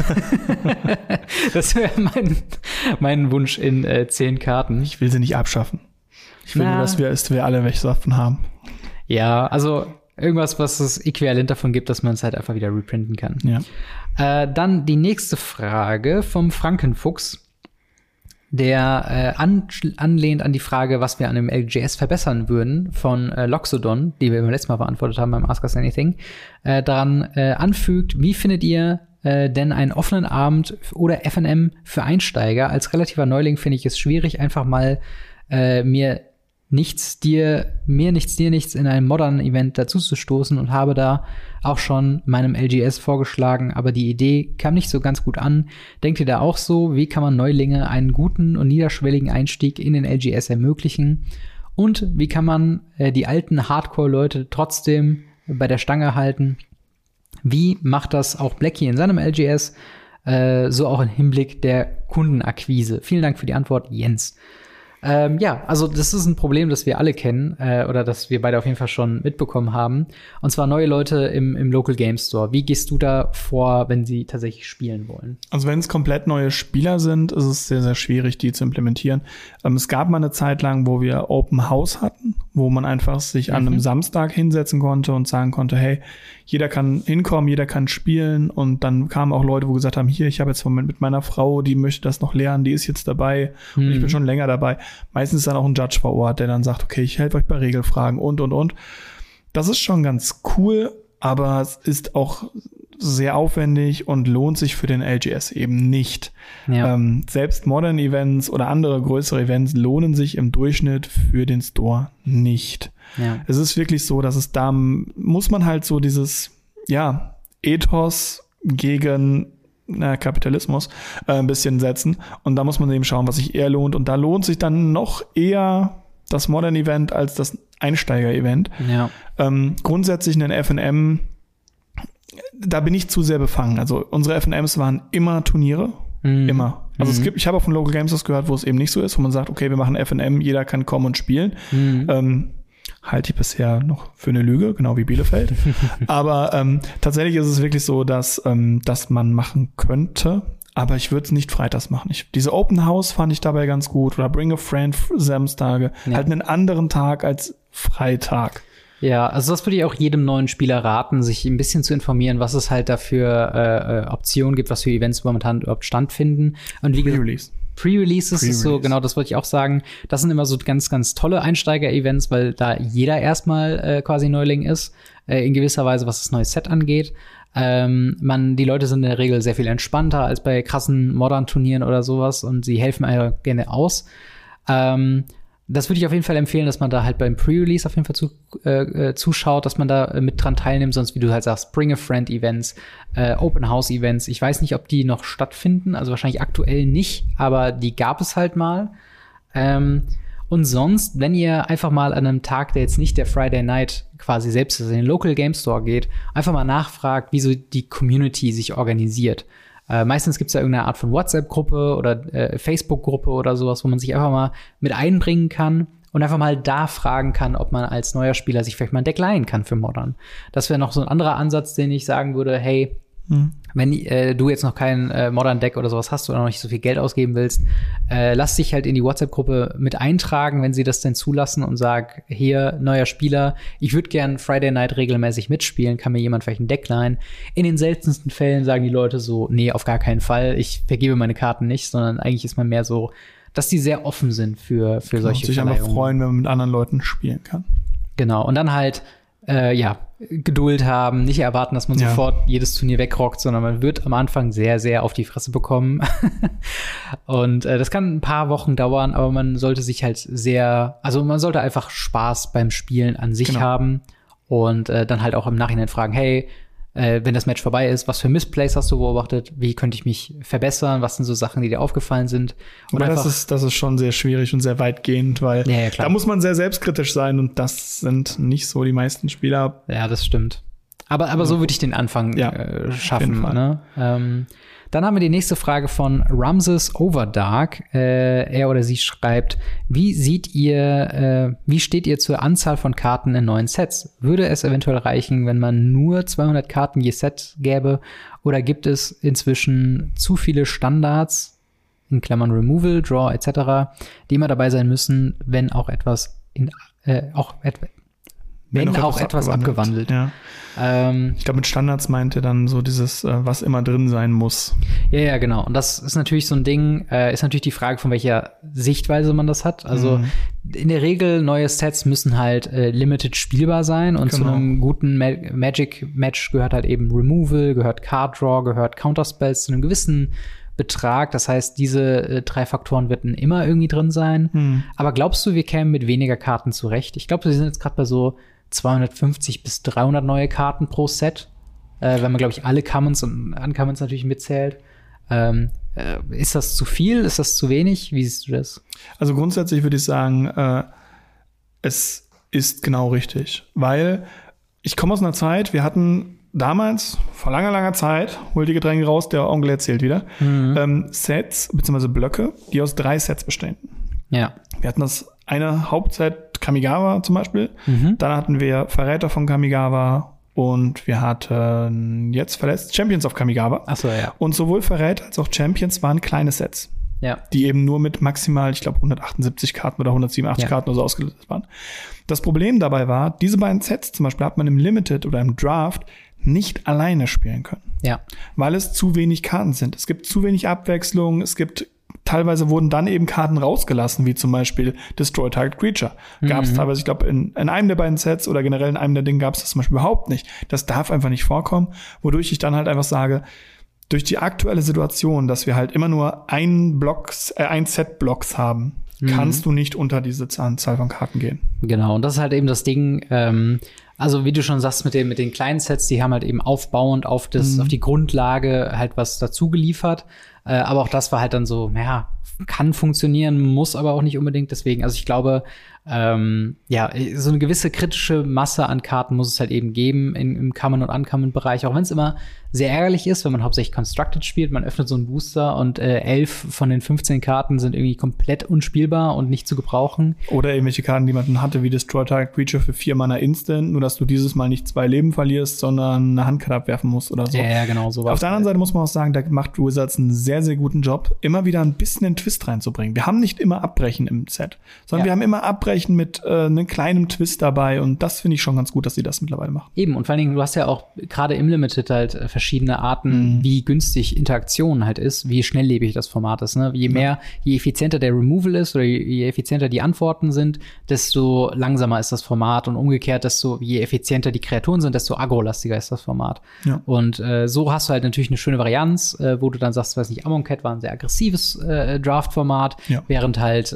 Das wäre mein Wunsch in 10 Karten. Ich will sie nicht abschaffen. Ich will nur, dass wir alle welche davon haben. Ja, also irgendwas, was es äquivalent davon gibt, dass man es halt einfach wieder reprinten kann. Ja. Dann die nächste Frage vom Frankenfuchs, der anlehnt an die Frage, was wir an dem LGS verbessern würden, von Loxodon, die wir beim letzten Mal beantwortet haben beim Ask Us Anything, daran anfügt, wie findet ihr denn einen offenen Abend oder FNM für Einsteiger? Als relativer Neuling finde ich es schwierig, einfach mal mir nichts, dir nichts in einem Modern-Event dazu zu stoßen und habe da auch schon meinem LGS vorgeschlagen, aber die Idee kam nicht so ganz gut an. Denkt ihr da auch so? Wie kann man Neulinge einen guten und niederschwelligen Einstieg in den LGS ermöglichen? Und wie kann man die alten Hardcore-Leute trotzdem bei der Stange halten? Wie macht das auch Blackie in seinem LGS? So auch im Hinblick der Kundenakquise. Vielen Dank für die Antwort, Jens. Also das ist ein Problem, das wir alle kennen oder das wir beide auf jeden Fall schon mitbekommen haben. Und zwar neue Leute im Local Game Store. Wie gehst du da vor, wenn sie tatsächlich spielen wollen? Also wenn es komplett neue Spieler sind, ist es sehr, sehr schwierig, die zu implementieren. Es gab mal eine Zeit lang, wo wir Open House hatten, wo man einfach sich an einem Samstag hinsetzen konnte und sagen konnte, hey, jeder kann hinkommen, jeder kann spielen. Und dann kamen auch Leute, wo gesagt haben, hier, ich habe jetzt mit meiner Frau, die möchte das noch lernen, die ist jetzt dabei und ich bin schon länger dabei. Meistens ist dann auch ein Judge vor Ort, der dann sagt, okay, ich helfe euch bei Regelfragen und. Das ist schon ganz cool, aber es ist auch sehr aufwendig und lohnt sich für den LGS eben nicht. Ja. Selbst Modern Events oder andere größere Events lohnen sich im Durchschnitt für den Store nicht. Ja. Es ist wirklich so, dass da muss man halt so dieses, Ethos gegen Kapitalismus ein bisschen setzen. Und da muss man eben schauen, was sich eher lohnt. Und da lohnt sich dann noch eher das Modern Event als das Einsteiger-Event. Ja. Grundsätzlich ein FNM, da bin ich zu sehr befangen. Also unsere FNMs waren immer Turniere. Immer. Also ich habe auch von Local Games was gehört, wo es eben nicht so ist, wo man sagt, okay, wir machen FNM, jeder kann kommen und spielen. Halte ich bisher noch für eine Lüge, genau wie Bielefeld. Aber tatsächlich ist es wirklich so, dass man machen könnte, aber ich würde es nicht freitags machen. Diese Open House fand ich dabei ganz gut oder Bring a Friend Samstage, halt einen anderen Tag als Freitag. Ja, also das würde ich auch jedem neuen Spieler raten, sich ein bisschen zu informieren, was es halt dafür Optionen gibt, was für Events momentan überhaupt stattfinden. Und wie gesagt, Pre-Releases ist so, genau, das wollte ich auch sagen. Das sind immer so ganz, ganz tolle Einsteiger-Events, weil da jeder erstmal quasi Neuling ist, in gewisser Weise, was das neue Set angeht. Die Leute sind in der Regel sehr viel entspannter als bei krassen Modern-Turnieren oder sowas und sie helfen einfach gerne aus. Das würde ich auf jeden Fall empfehlen, dass man da halt beim Pre-Release auf jeden Fall zuschaut, dass man da mit dran teilnimmt, sonst wie du halt sagst, Bring a Friend Events, Open House Events. Ich weiß nicht, ob die noch stattfinden, also wahrscheinlich aktuell nicht, aber die gab es halt mal. Und sonst, wenn ihr einfach mal an einem Tag, der jetzt nicht der Friday Night quasi selbst ist, in den Local Game Store geht, einfach mal nachfragt, wie so die Community sich organisiert. Meistens gibt es ja irgendeine Art von WhatsApp-Gruppe oder Facebook-Gruppe oder sowas, wo man sich einfach mal mit einbringen kann und einfach mal da fragen kann, ob man als neuer Spieler sich vielleicht mal ein Deck leihen kann für Modern. Das wäre noch so ein anderer Ansatz, den ich sagen würde, hey, wenn du jetzt noch kein Modern-Deck oder sowas hast oder noch nicht so viel Geld ausgeben willst, lass dich halt in die WhatsApp-Gruppe mit eintragen, wenn sie das denn zulassen und sag, hier, neuer Spieler, ich würde gern Friday Night regelmäßig mitspielen, kann mir jemand vielleicht ein Deck leihen? In den seltensten Fällen sagen die Leute so, nee, auf gar keinen Fall, ich vergebe meine Karten nicht, sondern eigentlich ist man mehr so, dass die sehr offen sind für solche sich einfach freuen, wenn man mit anderen Leuten spielen kann. Genau, und dann halt Geduld haben, nicht erwarten, dass man sofort jedes Turnier wegrockt, sondern man wird am Anfang sehr, sehr auf die Fresse bekommen. Und das kann ein paar Wochen dauern, aber man sollte sich halt man sollte einfach Spaß beim Spielen an sich haben und dann halt auch im Nachhinein fragen, hey, wenn das Match vorbei ist, was für Missplays hast du beobachtet? Wie könnte ich mich verbessern? Was sind so Sachen, die dir aufgefallen sind? Aber das ist schon sehr schwierig und sehr weitgehend, weil da muss man sehr selbstkritisch sein und das sind nicht so die meisten Spieler. Ja, das stimmt. Aber so würde ich den Anfang schaffen. Ne? Dann haben wir die nächste Frage von Ramses Overdark. Er oder sie schreibt, wie steht ihr zur Anzahl von Karten in neuen Sets? Würde es eventuell reichen, wenn man nur 200 Karten je Set gäbe? Oder gibt es inzwischen zu viele Standards, in Klammern Removal, Draw etc., die immer dabei sein müssen, wenn auch etwas abgewandelt. Ja. Ich glaube, mit Standards meint er dann so dieses, was immer drin sein muss. Ja, genau. Und das ist natürlich so ein Ding, ist natürlich die Frage, von welcher Sichtweise man das hat. Also in der Regel, neue Sets müssen halt limited spielbar sein und zu einem guten Magic-Match gehört halt eben Removal, gehört Card Draw, gehört Counterspells zu einem gewissen Betrag. Das heißt, diese 3 Faktoren werden immer irgendwie drin sein. Aber glaubst du, wir kämen mit weniger Karten zurecht? Ich glaube, wir sind jetzt gerade bei so 250 bis 300 neue Karten pro Set, wenn man, glaube ich, alle Commons und Uncommons natürlich mitzählt. Ist das zu viel? Ist das zu wenig? Wie siehst du das? Also grundsätzlich würde ich sagen, es ist genau richtig. Weil ich komme aus einer Zeit, wir hatten damals, vor langer, langer Zeit, holt die Getränke raus, der Onkel erzählt wieder, Sets bzw. Blöcke, die aus 3 Sets bestehen. Ja. Wir hatten das eine Hauptset Kamigawa zum Beispiel. Dann hatten wir Verräter von Kamigawa und wir hatten jetzt verletzt Champions of Kamigawa. Ach so, ja. Und sowohl Verräter als auch Champions waren kleine Sets. Ja. Die eben nur mit maximal, ich glaube, 178 Karten oder 187 Karten oder so ausgelöst waren. Das Problem dabei war, diese beiden Sets zum Beispiel hat man im Limited oder im Draft nicht alleine spielen können. Ja. Weil es zu wenig Karten sind. Es gibt zu wenig Abwechslung. Es gibt teilweise wurden dann eben Karten rausgelassen, wie zum Beispiel Destroy Target Creature. Gab es teilweise, ich glaube, in einem der beiden Sets oder generell in einem der Dinge gab es das zum Beispiel überhaupt nicht. Das darf einfach nicht vorkommen, wodurch ich dann halt einfach sage, durch die aktuelle Situation, dass wir halt immer nur ein Set Blocks haben, kannst du nicht unter diese Anzahl von Karten gehen. Genau, und das ist halt eben das Ding, also wie du schon sagst, mit den kleinen Sets, die haben halt eben aufbauend auf die Grundlage halt was dazu geliefert. Aber auch das war halt dann so, ja, kann funktionieren, muss aber auch nicht unbedingt. Deswegen, also ich glaube, so eine gewisse kritische Masse an Karten muss es halt eben geben im Common- und Uncommon-Bereich, auch wenn es immer sehr ärgerlich ist, wenn man hauptsächlich Constructed spielt. Man öffnet so einen Booster und 11 von den 15 Karten sind irgendwie komplett unspielbar und nicht zu gebrauchen. Oder irgendwelche Karten, die man hatte, wie Destroy Target Creature für 4 Mana Instant, nur dass du dieses Mal nicht 2 Leben verlierst, sondern eine Handkarte abwerfen musst oder so. Ja, genau, sowas. Auf der anderen Seite muss man auch sagen, da macht Wizards einen sehr, sehr guten Job, immer wieder ein bisschen einen Twist reinzubringen. Wir haben nicht immer Abbrechen im Set, sondern wir haben immer Abbrechen mit einem kleinen Twist dabei und das finde ich schon ganz gut, dass sie das mittlerweile machen. Eben, und vor allen Dingen, du hast ja auch gerade im Limited halt verschiedene Arten, wie günstig Interaktion halt ist, wie schnelllebig das Format ist. Ne? Je effizienter der Removal ist oder je effizienter die Antworten sind, desto langsamer ist das Format und umgekehrt, je effizienter die Kreaturen sind, desto agro-lastiger ist das Format. Ja. Und so hast du halt natürlich eine schöne Varianz, wo du dann sagst, weiß nicht, Amonkhet war ein sehr aggressives Draft-Format, während halt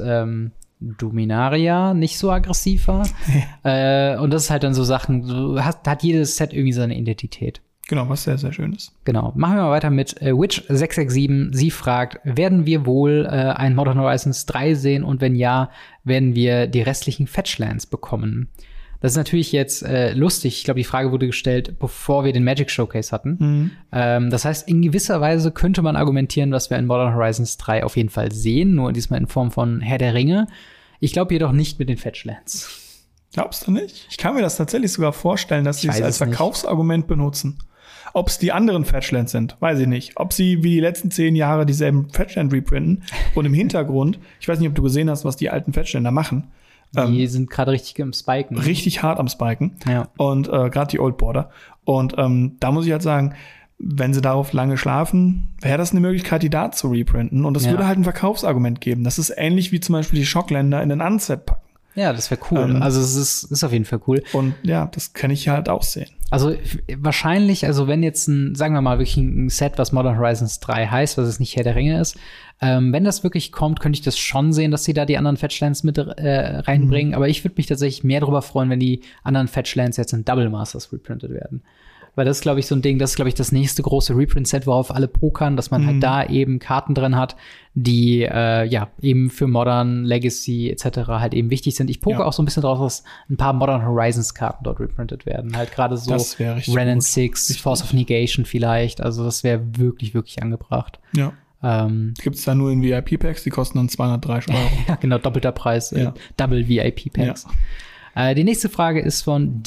Dominaria nicht so aggressiv war. Und das ist halt dann so Sachen, hat jedes Set irgendwie seine Identität. Genau, was sehr, sehr schön ist. Genau. Machen wir mal weiter mit Witch667. Sie fragt, werden wir wohl ein Modern Horizons 3 sehen? Und wenn ja, werden wir die restlichen Fetchlands bekommen? Das ist natürlich jetzt lustig. Ich glaube, die Frage wurde gestellt, bevor wir den Magic Showcase hatten. Das heißt, in gewisser Weise könnte man argumentieren, dass wir in Modern Horizons 3 auf jeden Fall sehen, nur diesmal in Form von Herr der Ringe. Ich glaube jedoch nicht mit den Fetchlands. Glaubst du nicht? Ich kann mir das tatsächlich sogar vorstellen, dass sie es als Verkaufsargument benutzen. Ob es die anderen Fetchlands sind, weiß ich nicht. Ob sie wie die letzten 10 Jahre dieselben Fetchland reprinten und im Hintergrund, ich weiß nicht, ob du gesehen hast, was die alten Fetchländer machen. Die sind gerade richtig am Spiken. Richtig hart am Spiken. Ja. Und gerade die Old Border. Und da muss ich halt sagen, wenn sie darauf lange schlafen, wäre das eine Möglichkeit, die da zu reprinten. Und das würde halt ein Verkaufsargument geben. Das ist ähnlich wie zum Beispiel die Schockländer in den Unset packen. Ja, das wäre cool. Also es ist auf jeden Fall cool. Und ja, das kann ich halt auch sehen. Also wahrscheinlich, also wenn jetzt sagen wir mal wirklich ein Set, was Modern Horizons 3 heißt, was es nicht Herr der Ringe ist, wenn das wirklich kommt, könnte ich das schon sehen, dass sie da die anderen Fetchlands mit reinbringen. Aber ich würde mich tatsächlich mehr darüber freuen, wenn die anderen Fetchlands jetzt in Double Masters reprintet werden. Weil das ist, glaube ich, so ein Ding, das ist, glaube ich, das nächste große Reprint-Set, worauf alle pokern, dass man halt da eben Karten drin hat, die eben für Modern, Legacy etc. halt eben wichtig sind. Ich poke auch so ein bisschen drauf, dass ein paar Modern Horizons-Karten dort reprintet werden. Halt gerade so Renin 6, Force of Negation vielleicht. Also das wäre wirklich, wirklich angebracht. Ja. Gibt's da nur in VIP-Packs, die kosten dann 203 Euro. Ja, genau, doppelter Preis, Double VIP-Packs. Ja. Die nächste Frage ist von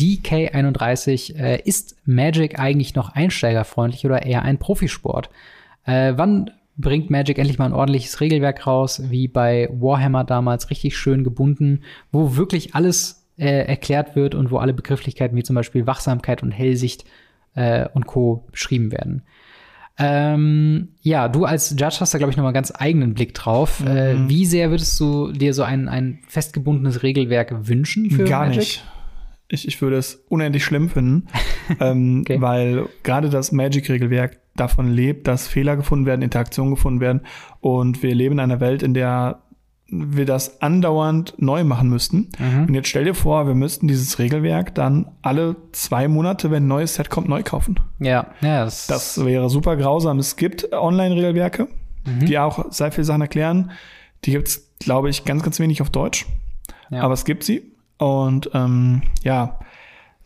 DK31. Ist Magic eigentlich noch einsteigerfreundlich oder eher ein Profisport? Wann bringt Magic endlich mal ein ordentliches Regelwerk raus, wie bei Warhammer damals, richtig schön gebunden, wo wirklich alles erklärt wird und wo alle Begrifflichkeiten wie zum Beispiel Wachsamkeit und Hellsicht und Co. beschrieben werden? Du als Judge hast da, glaube ich, noch mal einen ganz eigenen Blick drauf. Wie sehr würdest du dir so ein festgebundenes Regelwerk wünschen für Gar Magic? Nicht. Ich würde es unendlich schlimm finden, okay. Weil gerade das Magic-Regelwerk davon lebt, dass Fehler gefunden werden, Interaktionen gefunden werden. Und wir leben in einer Welt, in der wir das andauernd neu machen müssten. Und jetzt stell dir vor, wir müssten dieses Regelwerk dann alle 2 Monate, wenn ein neues Set kommt, neu kaufen. Ja. Das wäre super grausam. Es gibt Online-Regelwerke, die auch sehr viele Sachen erklären. Die gibt's, glaube ich, ganz, ganz wenig auf Deutsch. Ja. Aber es gibt sie. Und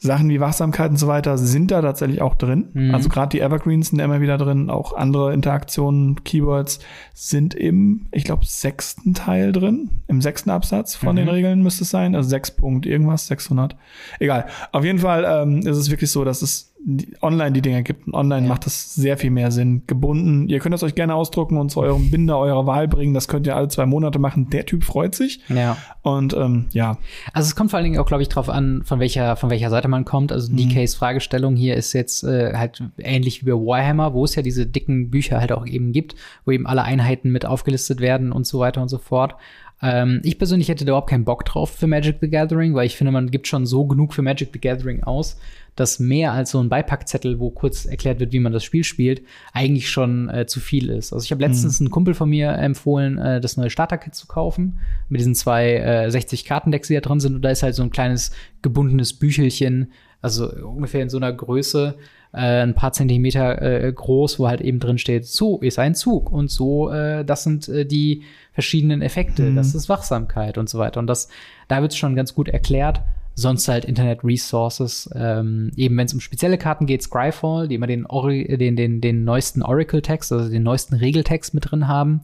Sachen wie Wachsamkeit und so weiter sind da tatsächlich auch drin. Also gerade die Evergreens sind da immer wieder drin. Auch andere Interaktionen, Keywords sind im, ich glaube, 6. Teil drin. Im 6. Absatz von den Regeln müsste es sein. Also 6 Punkt irgendwas, 600. Egal. Auf jeden Fall ist es wirklich so, dass es online die Dinger gibt. Und online macht das sehr viel mehr Sinn. Gebunden. Ihr könnt das euch gerne ausdrucken und zu eurem Binder eurer Wahl bringen. Das könnt ihr alle 2 Monate machen. Der Typ freut sich. Ja. Und ja. Also es kommt vor allen Dingen auch, glaube ich, drauf an, von welcher Seite man kommt. Also DKs Fragestellung hier ist jetzt halt ähnlich wie bei Warhammer, wo es ja diese dicken Bücher halt auch eben gibt, wo eben alle Einheiten mit aufgelistet werden und so weiter und so fort. Ich persönlich hätte da überhaupt keinen Bock drauf für Magic the Gathering, weil ich finde, man gibt schon so genug für Magic the Gathering aus, dass mehr als so ein Beipackzettel, wo kurz erklärt wird, wie man das Spiel spielt, eigentlich schon zu viel ist. Also ich habe letztens einen Kumpel von mir empfohlen, das neue Starter-Kit zu kaufen, mit diesen 2 60-Karten-Decks, die da drin sind. Und da ist halt so ein kleines gebundenes Büchelchen, also ungefähr in so einer Größe, ein paar Zentimeter groß, wo halt eben drin steht, so ist ein Zug und so, das sind die verschiedenen Effekte, das ist Wachsamkeit und so weiter. Und da wird es schon ganz gut erklärt. Sonst halt Internet-Resources, eben wenn es um spezielle Karten geht, Scryfall, die immer den neuesten Oracle-Text, also den neuesten Regeltext mit drin haben.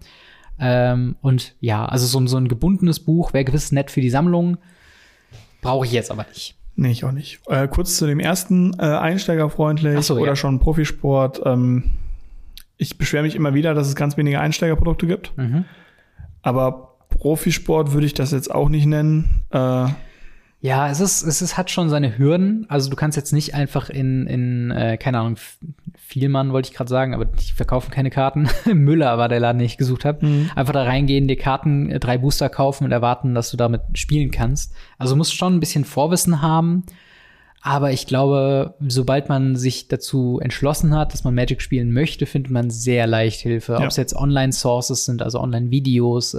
Und ja, also so ein gebundenes Buch wäre gewiss nett für die Sammlung, brauche ich jetzt aber nicht. Nee, ich auch nicht. Kurz zu dem ersten, einsteigerfreundlich oder schon Profisport. Ich beschwere mich immer wieder, dass es ganz wenige Einsteigerprodukte gibt. Aber Profisport würde ich das jetzt auch nicht nennen. Ja, es hat schon seine Hürden. Also du kannst jetzt nicht einfach in keine Ahnung, Vielmann wollte ich gerade sagen, aber die verkaufen keine Karten. Müller war der Laden, den ich gesucht habe. Einfach da reingehen, dir Karten, 3 Booster kaufen und erwarten, dass du damit spielen kannst. Also du musst schon ein bisschen Vorwissen haben. Aber ich glaube, sobald man sich dazu entschlossen hat, dass man Magic spielen möchte, findet man sehr leicht Hilfe. Ja. Ob es jetzt Online-Sources sind, also Online-Videos,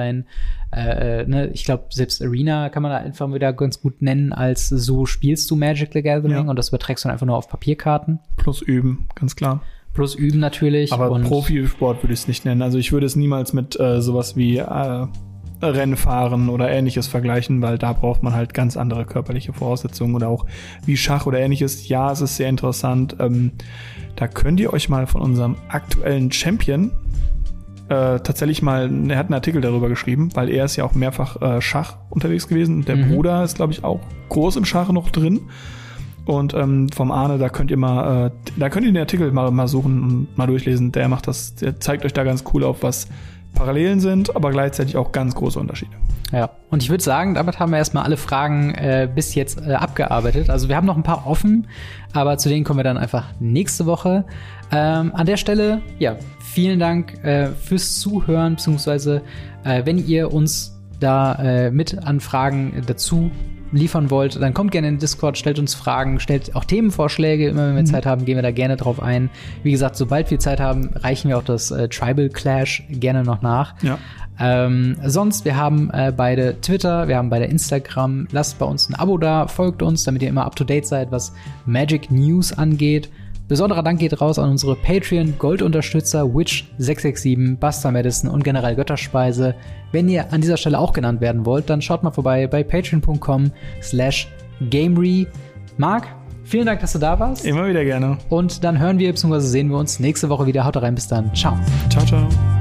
ich glaube, selbst Arena kann man da einfach wieder ganz gut nennen, als so spielst du Magic the Gathering und das überträgst du dann einfach nur auf Papierkarten. Plus üben, ganz klar. Plus üben natürlich. Aber Profisport würde ich es nicht nennen. Also ich würde es niemals mit sowas wie Rennfahren oder Ähnliches vergleichen, weil da braucht man halt ganz andere körperliche Voraussetzungen oder auch wie Schach oder Ähnliches. Ja, es ist sehr interessant. Da könnt ihr euch mal von unserem aktuellen Champion tatsächlich mal, er hat einen Artikel darüber geschrieben, weil er ist ja auch mehrfach Schach unterwegs gewesen und der Bruder ist, glaube ich, auch groß im Schach noch drin. Und vom Arne, da könnt ihr den Artikel mal suchen und mal durchlesen. Der zeigt euch da ganz cool auf, was Parallelen sind, aber gleichzeitig auch ganz große Unterschiede. Ja, und ich würde sagen, damit haben wir erstmal alle Fragen bis jetzt abgearbeitet. Also wir haben noch ein paar offen, aber zu denen kommen wir dann einfach nächste Woche. An der Stelle, ja, vielen Dank fürs Zuhören, beziehungsweise wenn ihr uns da mit an Fragen dazu liefern wollt, dann kommt gerne in den Discord, stellt uns Fragen, stellt auch Themenvorschläge. Immer wenn wir Zeit haben, gehen wir da gerne drauf ein. Wie gesagt, sobald wir Zeit haben, reichen wir auch das Tribal Clash gerne noch nach. Ja. Sonst, wir haben beide Twitter, wir haben beide Instagram. Lasst bei uns ein Abo da, folgt uns, damit ihr immer up-to-date seid, was Magic News angeht. Besonderer Dank geht raus an unsere Patreon-Gold-Unterstützer Witch667, Buster Madison und General Götterspeise. Wenn ihr an dieser Stelle auch genannt werden wollt, dann schaut mal vorbei bei patreon.com/gamery. Marc, vielen Dank, dass du da warst. Immer wieder gerne. Und dann hören wir bzw. sehen wir uns nächste Woche wieder. Haut rein, bis dann. Ciao. Ciao, ciao.